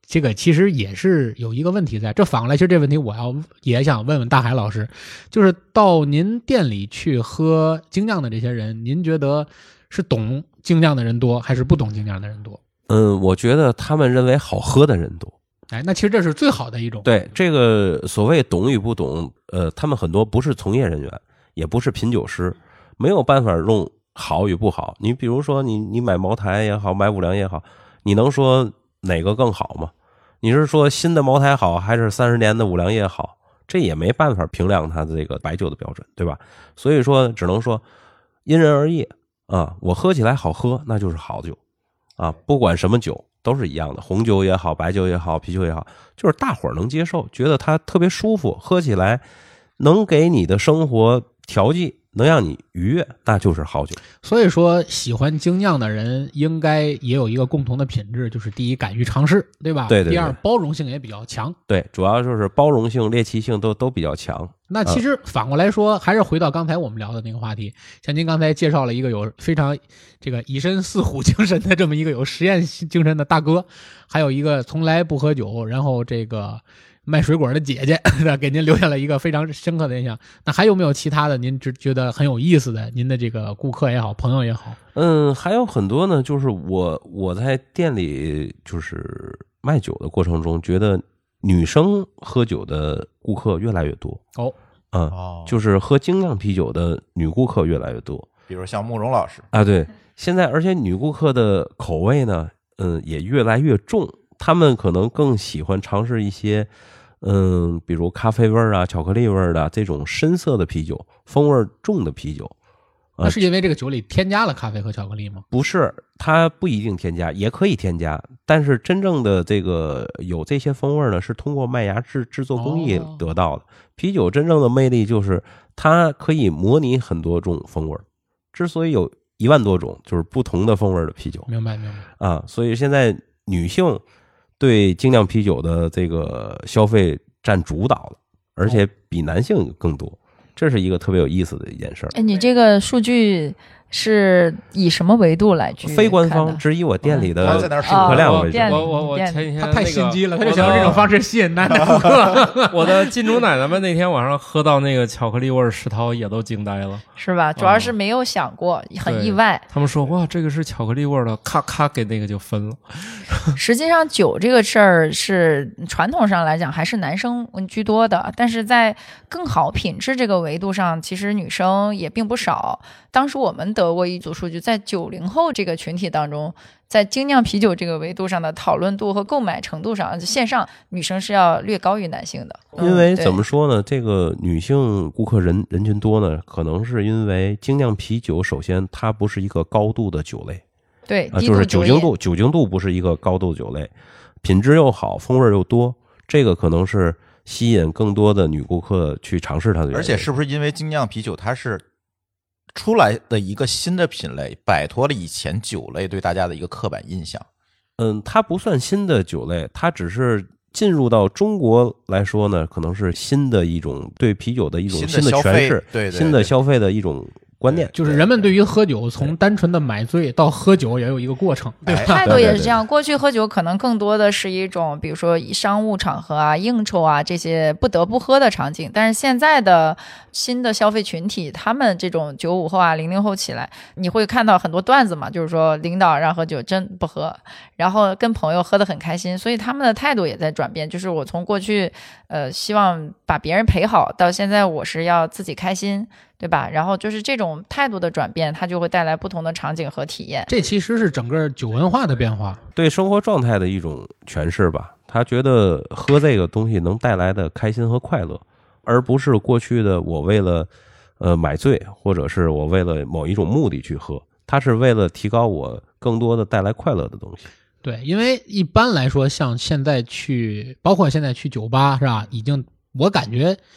这个其实也是有一个问题在。这反过来，其实这问题也想问问大海老师，就是到您店里去喝精酿的这些人，您觉得是懂精酿的人多，还是不懂精酿的人多？ 我觉得他们认为好喝的人多。 哎，那其实这是最好的一种。 对，这个所谓懂与不懂，他们很多不是从业人员，也不是品酒师，没有办法用好与不好。你比如说你买茅台也好，买五粮也好，你能说哪个更好吗？你是说新的茅台好，还是30年的五粮液好？这也没办法评量它的这个白酒的标准，对吧？所以说只能说因人而异啊。我喝起来好喝，那就是好酒啊，不管什么酒都是一样的，红酒也好，白酒也好，啤酒也好，就是大伙儿能接受，觉得它特别舒服，喝起来能给你的生活调剂，能让你愉悦，那就是好酒。 所以说，喜欢精酿的人应该也有一个共同的品质，就是第一，敢于尝试，对吧？ 对对对。 第二，包容性也比较强。 对，主要就是包容性、猎奇性都比较强。 那其实反过来说，还是回到刚才我们聊的那个话题，像您刚才介绍了一个有非常这个以身饲虎精神的这么一个有实验精神的大哥，还有一个从来不喝酒，然后这个卖水果的姐姐，给您留下了一个非常深刻的印象。那还有没有其他的您觉得很有意思的，您的这个顾客也好，朋友也好？ 还有很多呢，就是我在店里就是卖酒的过程中，觉得女生喝酒的顾客越来越多。就是喝精酿啤酒的女顾客越来越多， 比如像慕容老师啊，对，现在而且女顾客的口味呢，也越来越重，她们可能更喜欢尝试一些，比如咖啡味啊、巧克力味的这种深色的啤酒，风味重的啤酒。 那是因为这个酒里添加了咖啡和巧克力吗？ 不是，它不一定添加，也可以添加，但是真正的这个有这些风味呢，是通过麦芽制作工艺得到的。啤酒真正的魅力就是它可以模拟很多种风味，之所以有1万多种，就是不同的风味的啤酒。 明白啊，所以现在女性对精酿啤酒的这个消费占主导了，而且比男性更多。这是一个特别有意思的一件事儿。 哎，你这个数据是以什么维度来去？ 非官方，只以我店里的客量为主。 我前几天他太心机了，他就想用这种方式吸引男的顾客。 我的金主奶奶们那天晚上喝到那个巧克力味石涛也都惊呆了， 是吧？主要是没有想过，很意外。 他们说哇，这个是巧克力味的，咔咔给那个就分了。 实际上，酒这个事儿是传统上来讲还是男生居多的，但是在更好品质这个维度上，其实女生也并不少。当时我们得过一组数据，在90后这个群体当中，在精酿啤酒这个维度上的讨论度和购买程度上，线上女生是要略高于男性的。 因为怎么说呢，这个女性顾客人群多呢，可能是因为精酿啤酒首先它不是一个高度的酒类， 对， 就是酒精度不是一个高度酒类，品质又好，风味又多，这个可能是吸引更多的女顾客去尝试它的原因。 而且是不是因为精酿啤酒它是出来的一个新的品类，摆脱了以前酒类对大家的一个刻板印象？ 它不算新的酒类，它只是进入到中国来说呢，可能是新的一种对啤酒的一种新的诠释， 对， 新的消费的一种观念， 就是人们对于喝酒从单纯的买醉到喝酒也有一个过程，对吧？ 态度也是这样。过去喝酒可能更多的是一种，比如说商务场合啊、应酬啊这些不得不喝的场景，但是现在的新的消费群体，他们这种95后啊、00后起来，你会看到很多段子嘛，就是说领导让喝酒真不喝，然后跟朋友喝得很开心，所以他们的态度也在转变。就是我从过去希望把别人陪好，到现在我是要自己开心，对吧？然后就是这种态度的转变，它就会带来不同的场景和体验。 这其实是整个酒文化的变化， 对生活状态的一种诠释吧。他觉得喝这个东西能带来的开心和快乐，而不是过去的我为了买醉，或者是我为了某一种目的去喝，它是为了提高我更多的带来快乐的东西。 对，因为一般来说，像现在包括现在去酒吧是吧，已经我感觉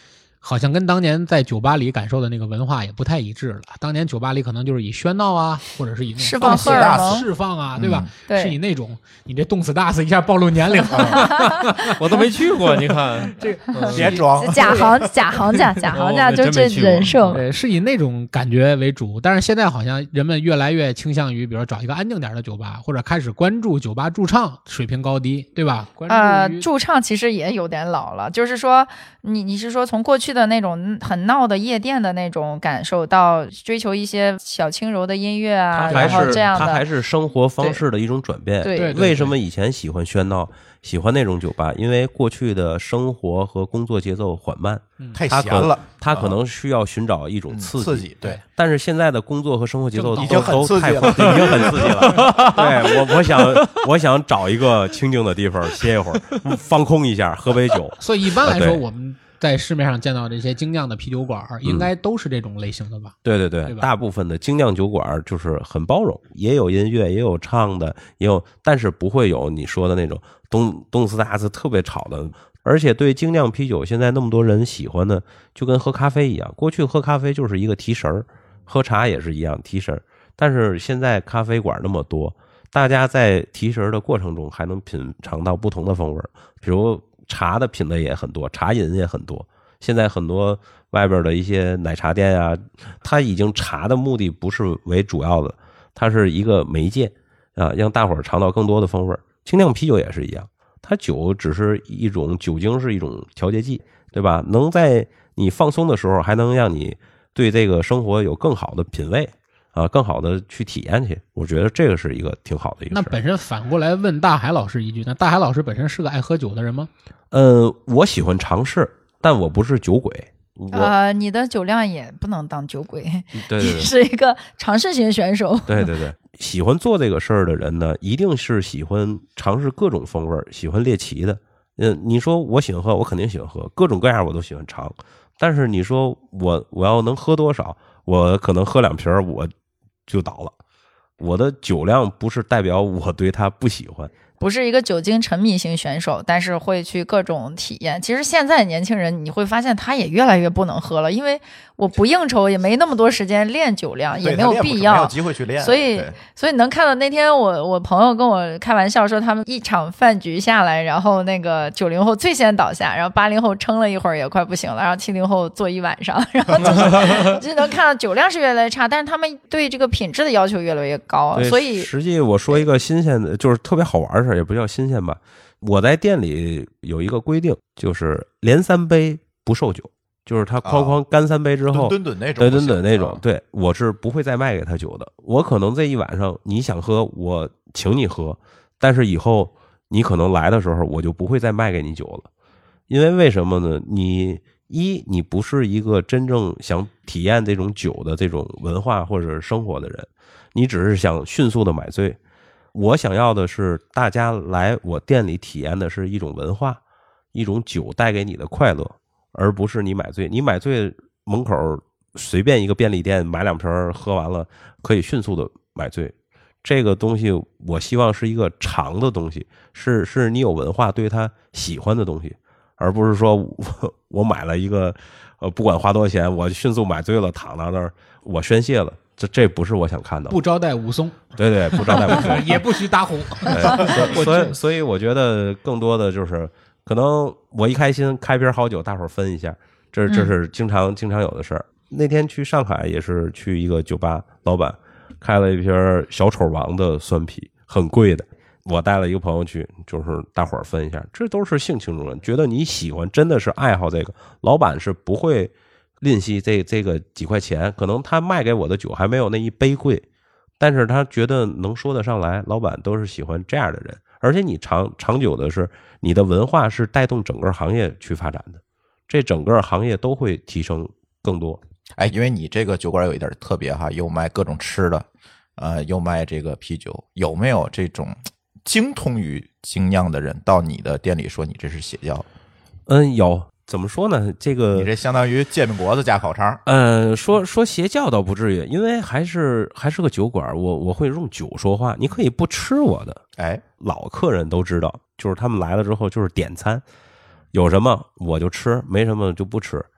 好像跟当年在酒吧里感受的那个文化也不太一致了。当年酒吧里可能就是以喧闹啊，或者是以那种释放荷尔蒙释放啊，对吧？ 对， 是以那种你这动次打次一下暴露年龄， 我都没去过，你看这别装， 假行家就这人设。 对，是以那种感觉为主。但是现在好像人们越来越倾向于，比如找一个安静点的酒吧，或者开始关注酒吧驻唱水平高低，对吧？ 驻唱其实也有点老了，就是说你是说从过去的那种很闹的夜店的那种感受，到追求一些小轻柔的音乐啊，然后这样的， 它还是生活方式的一种转变。 对， 为什么以前喜欢喧闹，喜欢那种酒吧？因为过去的生活和工作节奏缓慢， 太闲了， 他可能需要寻找一种刺激。 对， 但是现在的工作和生活节奏已经很刺激了， 已经很刺激了。对，我想找一个清静的地方歇一会儿，放空一下，喝杯酒。 所以一般来说，我们在市面上见到这些精酿的啤酒馆，应该都是这种类型的吧？ 对，大部分的精酿酒馆就是很包容，也有音乐，也有唱的，也有，但是不会有你说的那种动次打次特别吵的。而且对精酿啤酒，现在那么多人喜欢的，就跟喝咖啡一样。过去喝咖啡就是一个提神儿，喝茶也是一样提神儿。但是现在咖啡馆那么多，大家在提神的过程中还能品尝到不同的风味，比如茶的品类也很多，茶饮也很多。现在很多外边的一些奶茶店啊，它已经茶的目的不是为主要的，它是一个媒介啊，让大伙儿尝到更多的风味。精酿啤酒也是一样，它酒只是一种酒精，是一种调节剂，对吧？能在你放松的时候，还能让你对这个生活有更好的品味啊，更好的去体验去。我觉得这个是一个挺好的一个事。 那本身反过来问大海老师一句，那大海老师本身是个爱喝酒的人吗？ 我喜欢尝试，但我不是酒鬼。 你的酒量也不能当酒鬼， 对， 你是一个尝试型选手。 对，喜欢做这个事儿的人呢，一定是喜欢尝试各种风味，喜欢猎奇的。你说我喜欢喝，我肯定喜欢喝，各种各样我都喜欢尝。但是你说我要能喝多少，我可能喝2瓶我就倒了。我的酒量不是代表我对它不喜欢。 不是一个酒精沉迷型选手，但是会去各种体验。其实现在年轻人你会发现他也越来越不能喝了，因为我不应酬，也没那么多时间练酒量，也没有必要， 没有机会去练。 所以能看到那天我朋友跟我开玩笑说，他们一场饭局下来，然后那个90后最先倒下，然后80后撑了一会儿也快不行了，然后70后坐一晚上，然后就能看到酒量是越来越差，但是他们对这个品质的要求越来越高。所以实际我说一个新鲜的，就是特别好玩的事，也不叫新鲜吧。我在店里有一个规定，就是连3杯不售酒，就是他哐干3杯之后， 吨那种， 那种，对，我是不会再卖给他酒的。我可能这一晚上你想喝，我请你喝，但是以后你可能来的时候，我就不会再卖给你酒了。因为什么呢？你不是一个真正想体验这种酒的这种文化或者生活的人，你只是想迅速的买醉。我想要的是大家来我店里体验的是一种文化，一种酒带给你的快乐，而不是你买醉。你买醉门口随便一个便利店买2瓶喝完了，可以迅速的买醉。这个东西我希望是一个长的东西，是你有文化对他喜欢的东西，而不是说我买了一个不管花多少钱，我迅速买醉了，躺到那儿我宣泄了。这不是我想看到的。 不招待武松， 对，不招待武松， 也不许打虎。 所以我觉得更多的就是，可能我一开心开瓶好酒，大伙儿分一下，这是经常有的事儿。那天去上海也是去一个酒吧，老板开了一瓶小丑王的酸啤，很贵的。我带了一个朋友去，就是大伙儿分一下，这都是性情中人，觉得你喜欢，真的是爱好这个，老板是不会吝惜这个几块钱，可能他卖给我的酒还没有那一杯贵，但是他觉得能说得上来，老板都是喜欢这样的人。而且你长久的是，你的文化是带动整个行业去发展的，这整个行业都会提升更多。 因为你这个酒馆有一点特别哈，又卖各种吃的，又卖这个啤酒，有没有这种精通于精酿的人到你的店里说你这是邪教？ 有。怎么说呢？这个你这相当于煎饼果子加烤肠。 说邪教倒不至于，因为还是个酒馆，我会用酒说话。你可以不吃我的，老客人都知道，就是他们来了之后就是点餐，有什么我就吃，没什么就不吃。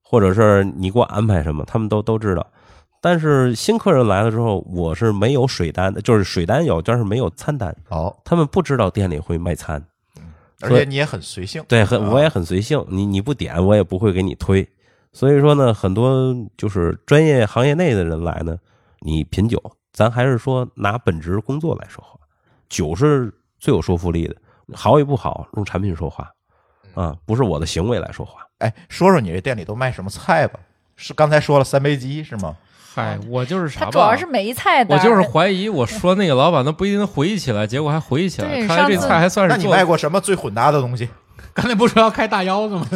或者是你给我安排什么，他们都知道。但是新客人来了之后，我是没有水单的，就是水单有，但是没有餐单。他们不知道店里会卖餐， 而且你也很随性。 对，我也很随性，你不点我也不会给你推。所以说呢，很多就是专业行业内的人来呢，你品酒，咱还是说拿本职工作来说话，酒是最有说服力的，好与不好用产品说话啊，不是我的行为来说话。 哎，说说你这店里都卖什么菜吧？是刚才说了三杯鸡是吗？ 嗨，我就是啥吧， 他主要是没菜单， 我就是怀疑我说那个老板他不一定能回忆起来，结果还回忆起来， 对看来这菜还算是那你卖过什么最混搭的东西？ 刚才不是说要开大腰子吗？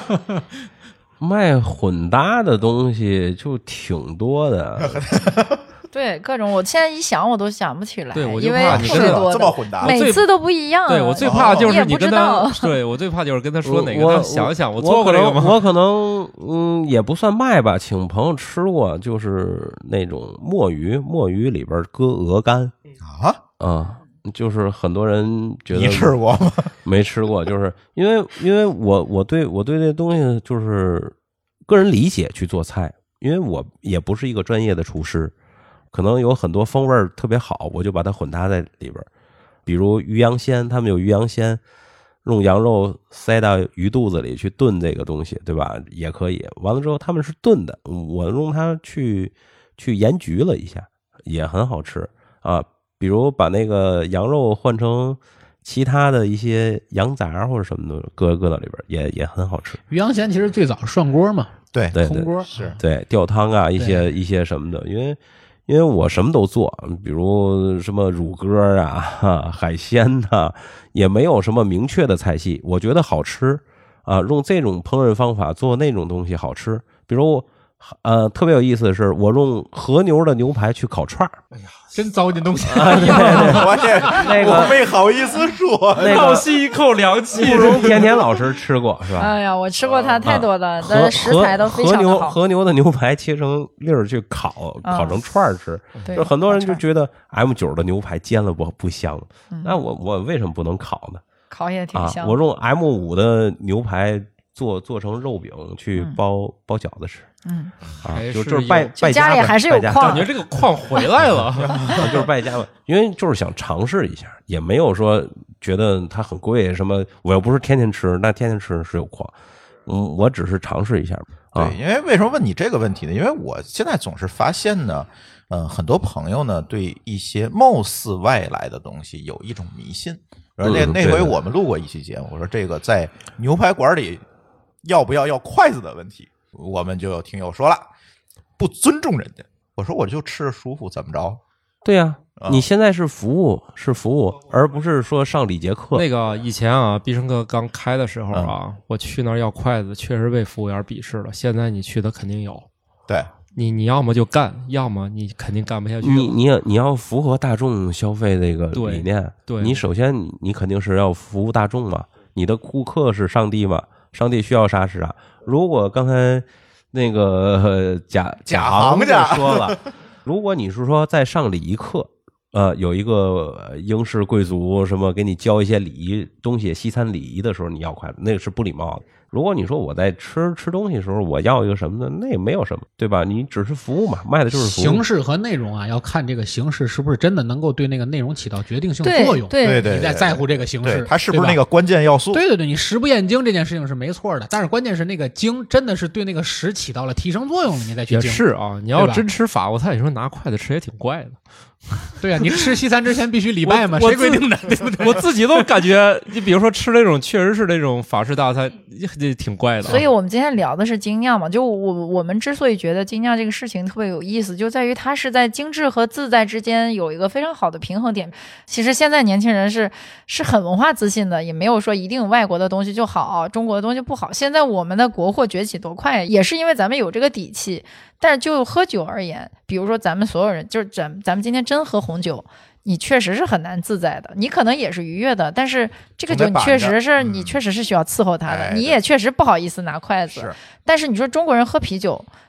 卖混搭的东西就挺多的。 对各种，我现在一想我都想不起来， 对我就因为怕你真的特别多这么混搭， 每次都不一样。 对我最怕就是你跟他， 哦对我最怕就是跟他说哪个，他想想我我做过这个吗？ 我可能也不算卖吧，请朋友吃过，就是那种墨鱼里边搁鹅肝啊，就是很多人觉得你吃过吗？ 没吃过，就是因为我对这东西就是个人理解去做菜，因为我也不是一个专业的厨师。可能有很多风味特别好，我就把它混搭在里边。比如鱼羊鲜，他们有鱼羊鲜，用羊肉塞到鱼肚子里去炖这个东西，对吧？也可以。完了之后他们是炖的，我用它去盐焗了一下，也很好吃啊。比如把那个羊肉换成其他的一些羊杂或者什么的，搁到里边也很好吃。 鱼羊鲜其实最早涮锅嘛， 对， 铜锅是对吊汤啊，一些什么的，因为我什么都做，比如什么乳鸽啊、海鲜呐，也没有什么明确的菜系。我觉得好吃啊，用这种烹饪方法做那种东西好吃。比如特别有意思的是，我用和牛的牛排去烤串儿。 哎呀，真糟践东西！ 我没好意思说， 倒吸一口凉气。 不容甜甜老师吃过是吧？ 哎呀，我吃过它太多的，但食材都非常的好。 和牛的牛排切成粒儿去烤成串儿吃，就很多人就觉得 M9 的牛排煎了不香，那我为什么不能烤呢？ 烤也挺香。 我用 M5 的牛排做成肉饼去包饺子吃。就是败家里还是有矿， 感觉这个矿回来了， 就是败家嘛。因为就是想尝试一下，也没有说觉得它很贵什么。我又不是天天吃，那天天吃是有矿。我只是尝试一下。 对，因为为什么问你这个问题呢？因为我现在总是发现呢，很多朋友呢对一些貌似外来的东西有一种迷信。而那回我们录过一期节目，我说这个在牛排馆里要不要筷子的问题。我们就有听友说了，不尊重人家。我说我就吃着舒服，怎么着？ 对呀，你现在是服务，而不是说上礼节课。 那个以前啊，必胜客刚开的时候啊，我去那儿要筷子，确实被服务员鄙视了。现在你去的肯定有， 对你要么就干，要么你肯定干不下去。 你要符合大众消费这个理念， 对， 你首先你肯定是要服务大众嘛，你的顾客是上帝嘛。上帝需要啥是啥。如果刚才那个贾行家说了，如果你是说在上礼仪课，有一个英式贵族什么给你教一些礼仪东西，西餐礼仪的时候你要筷子，那个是不礼貌的。如果你说我在吃东西的时候我要一个什么的，那也没有什么，对吧？你只是服务嘛，卖的就是服务。 形式和内容啊，要看这个形式是不是真的能够对那个内容起到决定性作用。 对， 你在在乎这个形式， 它是不是那个关键要素？ 对，你食不厌精这件事情是没错的，但是关键是那个精真的是对那个食起到了提升作用了，你再去精。 也是啊，你要真吃法国菜，你说拿筷子吃也挺怪的。 对啊，你吃西餐之前必须礼拜嘛，谁规定的？对不对？ 我自己都感觉，你比如说吃那种确实是那种法式大餐，也挺怪的。 所以我们今天聊的是精酿嘛，就我们之所以觉得精酿这个事情特别有意思，就在于它是在精致和自在之间有一个非常好的平衡点。其实现在年轻人是很文化自信的，也没有说一定外国的东西就好，中国的东西不好。现在我们的国货崛起多快，也是因为咱们有这个底气。但是就喝酒而言，比如说咱们所有人，就是咱们今天真喝红酒，你确实是很难自在的，你可能也是愉悦的，但是这个酒你确实是需要伺候它的，你也确实不好意思拿筷子。但是你说中国人喝啤酒，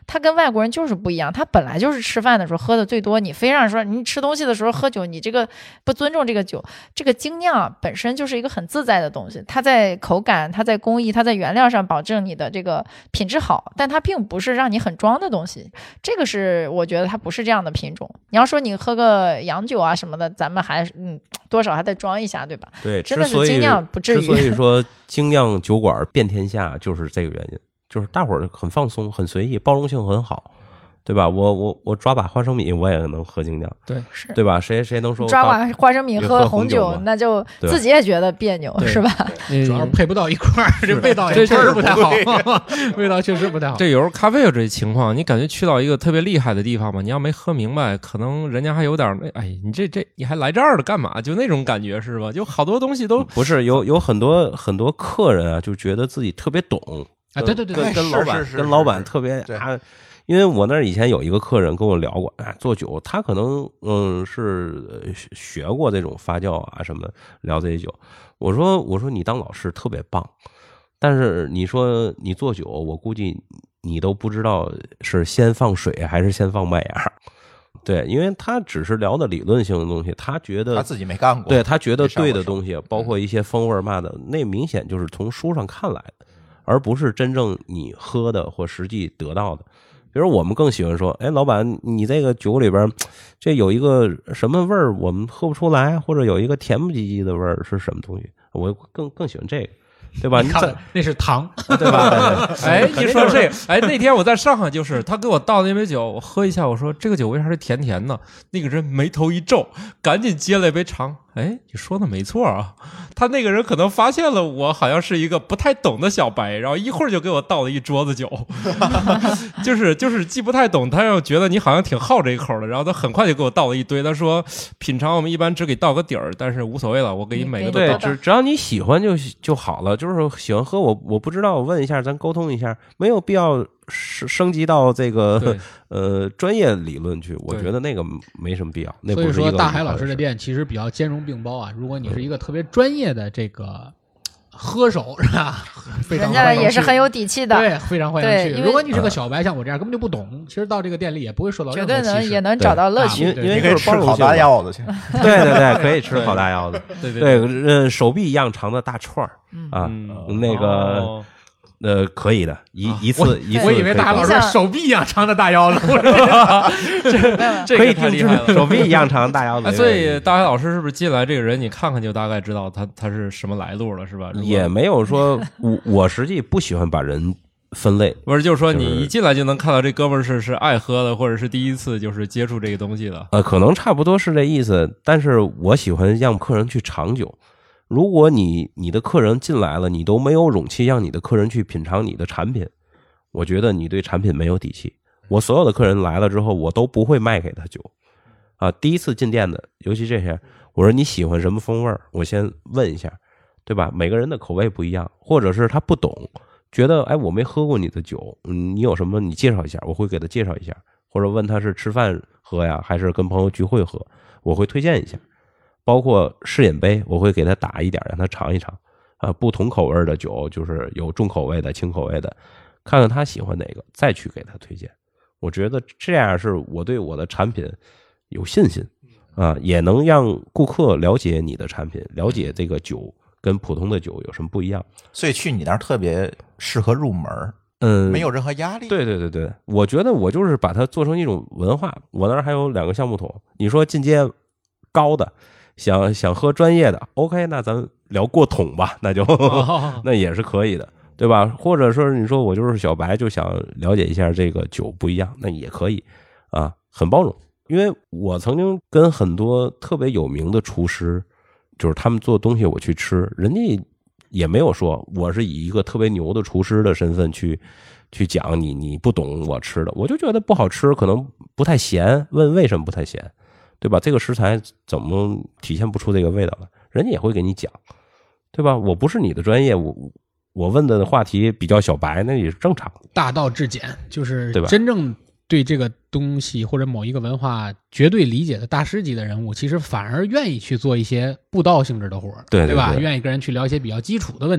他跟外国人就是不一样，他本来就是吃饭的时候喝的最多，你非让说你吃东西的时候喝酒，你这个不尊重这个酒。这个精酿本身就是一个很自在的东西，它在口感，它在工艺，它在原料上保证你的这个品质好，但它并不是让你很装的东西。这个是我觉得它不是这样的品种。你要说你喝个洋酒啊什么的，咱们还多少还得装一下，对吧？ 对， 真的是精酿不至于。 所以说精酿酒馆遍天下就是这个原因，就是大伙儿很放松、很随意，包容性很好，对吧？我抓把花生米我也能喝精酿， 对， 是， 对吧？谁能说抓把花生米喝红酒， 那就自己也觉得别扭，是吧？ 主要是配不到一块儿，这味道也确实不太好，味道确实不太好。 这有时候咖啡有这情况，你感觉去到一个特别厉害的地方嘛，你要没喝明白，可能人家还有点哎，你这你还来这儿了干嘛？就那种感觉是吧？就好多东西都不是有很多客人啊，就觉得自己特别懂啊，对， 跟老板特别啊。因为我那儿以前有一个客人跟我聊过，做酒他可能是学过这种发酵啊什么，聊这些酒。我说你当老师特别棒，但是你说你做酒，我估计你都不知道是先放水还是先放麦芽。对，因为他只是聊的理论性的东西，他觉得他自己没干过， 对，他觉得对的东西，包括一些风味嘛的，那明显就是从书上看来的，而不是真正你喝的或实际得到的。比如我们更喜欢说，哎，老板，你这个酒里边这有一个什么味儿我们喝不出来，或者有一个甜不唧唧的味儿是什么东西？我更喜欢这个，对吧？ 你看那是糖， 对吧？ 哎，你说这个，哎，那天我在上海，就是他给我倒那杯酒，我喝一下，我说这个酒为啥是甜甜的？那个人眉头一皱，赶紧接了一杯尝。哎，你说的没错啊，他那个人可能发现了我好像是一个不太懂的小白，然后一会儿就给我倒了一桌子酒，就是既不太懂，他又觉得你好像挺好这一口的，然后他很快就给我倒了一堆。他说品尝我们一般只给倒个底儿，但是无所谓了，我给你每个都倒。 对，只要你喜欢就好了，就是喜欢喝我不知道，我问一下，咱沟通一下，没有必要升级到这个专业理论去，我觉得那个没什么必要。那所以说大海老师的店其实比较兼容并包啊。如果你是一个特别专业的这个喝手是吧？ 人家也是很有底气的， 对，非常欢迎去。如果你是个小白，像我这样根本就不懂，其实到这个店里也不会受到任何歧视， 也能找到乐趣。 因为可以吃烤大腰子去， 对，可以吃烤大腰子， 对， 手臂一样长的大串儿啊，那个。可以的，一次， 我以为大海老师手臂一样长的大腰子， 这可以太厉害了， 手臂一样长的大腰子。 所以大海老师是不是进来这个人，你看看就大概知道他是什么来路了，是吧？ 也没有说，我实际不喜欢把人分类， 不是，就是说你一进来就能看到这哥们儿是爱喝的，或者是第一次就是接触这个东西的。 可能差不多是这意思，但是我喜欢让客人去尝酒。如果你的客人进来了，你都没有勇气让你的客人去品尝你的产品，我觉得你对产品没有底气。我所有的客人来了之后，我都不会卖给他酒啊。第一次进店的，尤其这些，我说你喜欢什么风味，我先问一下，对吧？每个人的口味不一样，或者是他不懂，觉得哎我没喝过你的酒，你有什么你介绍一下，我会给他介绍一下，或者问他是吃饭喝呀，还是跟朋友聚会喝，我会推荐一下。包括试饮杯，我会给他打一点，让他尝一尝啊，不同口味的酒，就是有重口味的、轻口味的，看看他喜欢哪个，再去给他推荐。我觉得这样是我对我的产品有信心啊，也能让顾客了解你的产品，了解这个酒跟普通的酒有什么不一样。 所以去你那儿特别适合入门，没有任何压力。 对，我觉得我就是把它做成一种文化。我那儿还有2个橡木桶，你说进阶高的。想喝专业的 ，OK， 那咱聊过桶吧，那就那也是可以的，对吧？或者说你说我就是小白，就想了解一下这个酒不一样，那也可以啊，很包容。因为我曾经跟很多特别有名的厨师，就是他们做东西我去吃，人家也没有说我是以一个特别牛的厨师的身份去讲你不懂我吃的，我就觉得不好吃，可能不太咸，问为什么不太咸。对吧？这个食材怎么体现不出这个味道了？人家也会给你讲，对吧？我不是你的专业，我问的话题比较小白，那也是正常。 大道至简，就是真正对这个东西或者某一个文化绝对理解的大师级的人物，其实反而愿意去做一些布道性质的活，对吧？愿意跟人去聊一些比较基础的问题。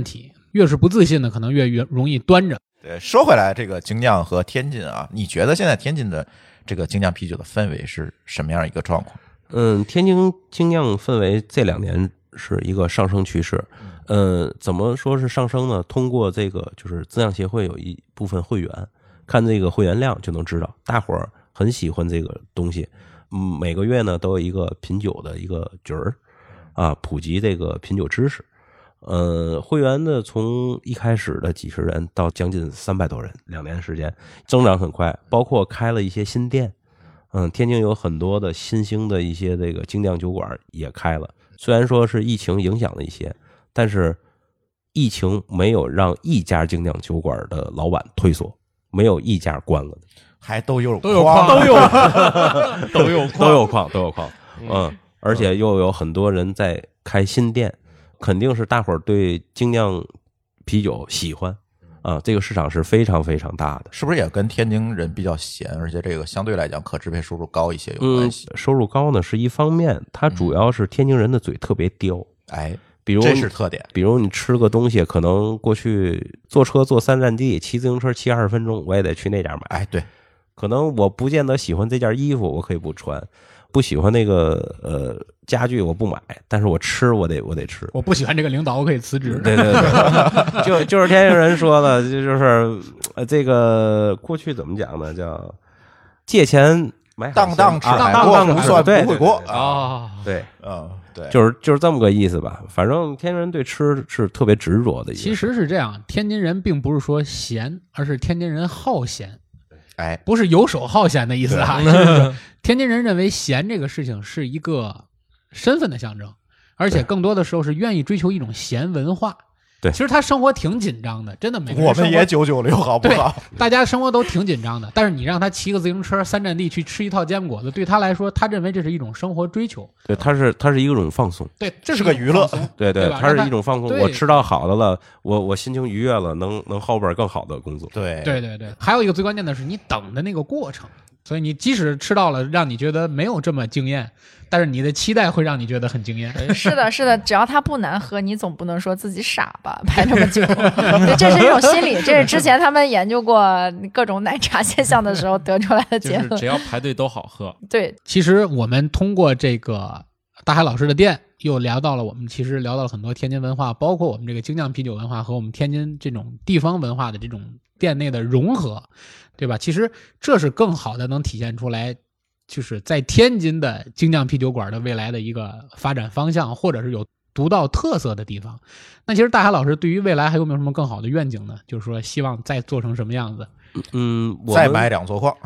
越是不自信的，可能越容易端着。 对，说回来，这个精酿和天津啊，你觉得现在天津的这个精酿啤酒的氛围是什么样一个状况？ 天津精酿氛围这2年是一个上升趋势。怎么说是上升呢？通过这个就是自酿协会有一部分会员，看这个会员量就能知道，大伙儿很喜欢这个东西。每个月呢都有一个品酒的一个局儿啊，普及这个品酒知识。会员呢从一开始的几十人到将近300多人，2年时间增长很快，包括开了一些新店。天津有很多的新兴的一些这个精酿酒馆也开了，虽然说是疫情影响了一些，但是疫情没有让一家精酿酒馆的老板退缩，没有一家关了的， 还都有矿都有矿。而且又有很多人在开新店，肯定是大伙儿对精酿啤酒喜欢啊，这个市场是非常非常大的。 是不是也跟天津人比较闲，而且这个相对来讲可支配收入高一些有关系？ 收入高呢是一方面，它主要是天津人的嘴特别刁。比如这是特点。 比如你吃个东西，可能过去坐车坐3站地，骑自行车骑20分钟，我也得去那家买。 对， 可能我不见得喜欢这件衣服，我可以不穿。不喜欢那个家具我不买，但是我吃我得吃。 我不喜欢这个领导，我可以辞职。 对，就是天津人说的，就是这个过去怎么讲呢？叫借钱买当当吃海锅不算不会过啊。对， 对， 就是这么个意思吧。反正天津人对吃是特别执着的。 其实是这样，天津人并不是说闲，而是天津人好闲。 不是游手好闲的意思啊，就是天津人认为闲这个事情是一个身份的象征，而且更多的时候是愿意追求一种闲文化。 对， 其实他生活挺紧张的，真的每个人我们也996好不好？ 大家生活都挺紧张的，但是你让他骑个自行车3站地去吃一套煎饼果子，对他来说，他认为这是一种生活追求。 对，它是一种放松。 对，这是个娱乐。 对，它是一种放松。我吃到好的了，我心情愉悦了，能后边更好的工作。 对。 还有一个最关键的是你等的那个过程，所以你即使吃到了让你觉得没有这么惊艳，但是你的期待会让你觉得很惊艳。 是的，只要它不难喝，你总不能说自己傻吧？排这么久，这是一种心理，这是之前他们研究过各种奶茶现象的时候得出来的结论。 就是只要排队都好喝。 对， 其实我们通过这个大海老师的店，又聊到了很多天津文化，包括我们这个精酿啤酒文化和我们天津这种地方文化的这种店内的融合，对吧？其实这是更好的能体现出来，就是在天津的精酿啤酒馆的未来的一个发展方向，或者是有独到特色的地方。那其实大海老师对于未来还有没有什么更好的愿景呢？就是说希望再做成什么样子？ 再买2座矿。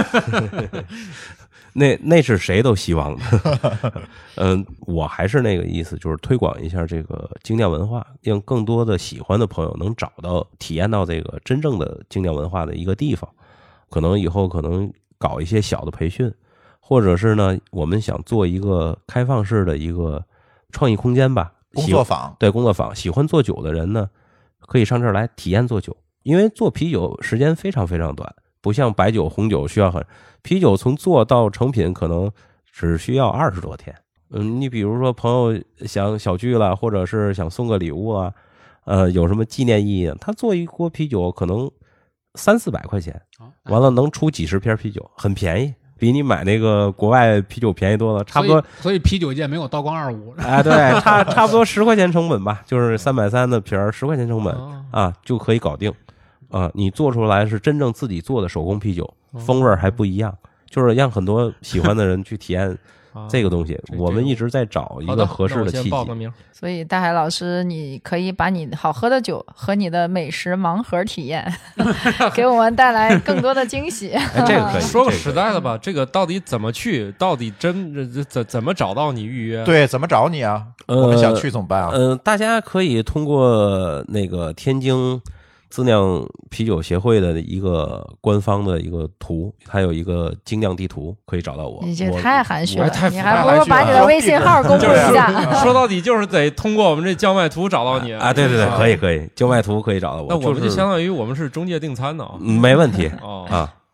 那是谁都希望的。我还是那个意思，就是推广一下这个精酿文化，让更多的喜欢的朋友能找到体验到这个真正的精酿文化的一个地方。可能以后搞一些小的培训，或者是呢，我们想做一个开放式的一个创意空间吧， 工作坊。 对，工作坊，喜欢做酒的人呢，可以上这儿来体验做酒，因为做啤酒时间非常非常短，不像白酒、红酒需要啤酒从做到成品可能只需要20多天。你比如说朋友想小聚了，或者是想送个礼物啊，有什么纪念意义，他做一锅啤酒可能300-400块钱，完了能出几十瓶啤酒，很便宜，比你买那个国外啤酒便宜多了，差不多。 所以啤酒界没有道光25。 对，差不多10块钱成本吧，就是330的瓶10块钱成本啊，就可以搞定。你做出来是真正自己做的手工啤酒，风味还不一样，就是让很多喜欢的人去体验这个东西。我们一直在找一个合适的契机。 所以大海老师，你可以把你好喝的酒和你的美食盲盒体验给我们带来更多的惊喜。 这个可以说个实在的吧，这个到底怎么去，到底怎么找到你预约？ 对，怎么找你啊？我们想去怎么办啊？ 大家可以通过那个天津自酿啤酒协会的一个官方的一个图，还有一个精酿地图，可以找到我。 你这太含蓄了， 你还不如把你的微信号公布一下。 说到底就是得通过我们这叫卖图找到你啊！对，可以，叫卖图可以找到我。 那我们就相当于我们是中介订餐的啊， 没问题啊。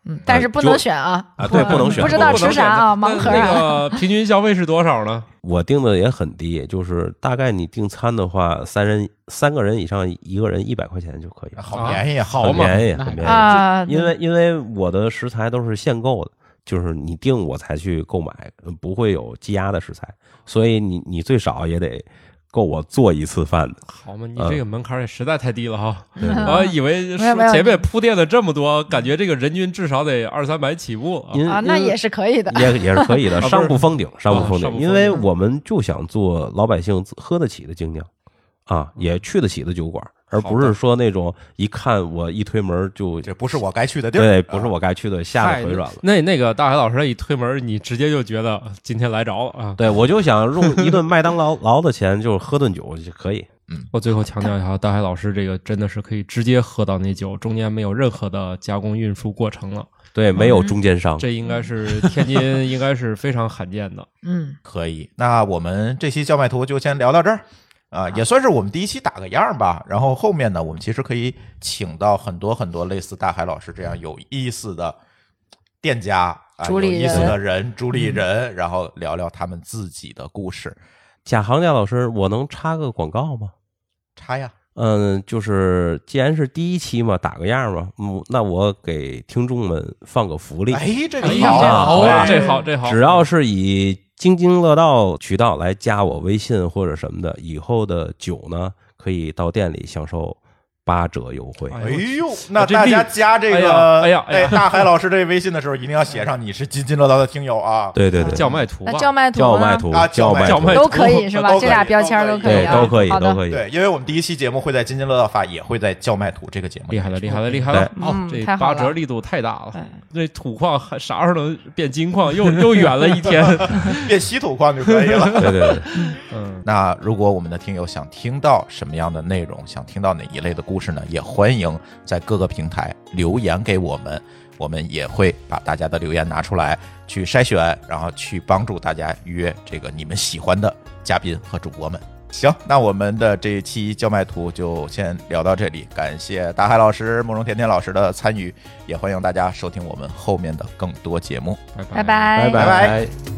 但是不能选啊， 对，不能选， 不知道吃啥啊，盲盒那个平均消费是多少呢？ 我定的也很低，就是大概你订餐的话，三个人以上，一个人100块钱就可以， 好便宜， 好很便宜， 那很便宜啊， 因为我的食材都是现购的，就是你订我才去购买，不会有积压的食材，所以你最少也得够我做一次饭的。 好嘛，你这个门槛也实在太低了哈！ 对我以为没有前面铺垫了这么多，感觉这个人均至少得200-300起步啊，那也是可以的， 也是可以的， 啊上不封顶，上不封顶， 上不封顶因为我们就想做老百姓喝得起的精酿啊，也去得起的酒馆，而不是说那种一看我一推门就这不是我该去的地儿， 对，不是我该去的，吓得腿软了。 那个大海老师一推门，你直接就觉得今天来着了啊！ 对，我就想用一顿麦当劳的钱，就是喝顿酒就可以。 我最后强调一下，大海老师这个真的是可以直接喝到那酒，中间没有任何的加工运输过程了。 对，没有中间商， 这应该是天津应该是非常罕见的。 可以。那我们这期叫卖图就先聊到这儿啊，也算是我们第一期打个样吧。然后后面呢，我们其实可以请到很多很多类似大海老师这样有意思的店家啊， 主理人有意思的人、主理人，然后聊聊他们自己的故事。 贾行家老师，我能插个广告吗？ 插呀， 就是既然是第一期嘛，打个样嘛，那我给听众们放个福利。 哎，这个哎呀， 好好，这好，这好。 只要是以津津乐道渠道来加我微信或者什么的，以后的酒呢，可以到店里享受8折优惠。 哎呦，那大家加这个大海老师这微信的时候，一定要写上你是津津乐道的听友啊。 对对对， 叫卖图吧， 那叫卖图叫卖图啊， 叫卖图都可以是吧？ 都可以这俩标签都可以对， 啊， 都可以， 好的都可以。 对，因为我们第一期节目会在津津乐道发，也会在叫卖图这个节目。 厉害了，厉害了，厉害了！好，这太好了 8折力度太大了哎。 这土矿还啥时候能变金矿？又远了一天。 变稀土矿就可以了。 对对对， 那如果我们的听友想听到什么样的内容，想听到哪一类的故事呢？也欢迎在各个平台留言给我们，我们也会把大家的留言拿出来去筛选，然后去帮助大家约这个你们喜欢的嘉宾和主播们。行，那我们的这一期叫卖图就先聊到这里，感谢大海老师、慕容甜甜老师的参与，也欢迎大家收听我们后面的更多节目。 拜拜拜拜拜拜。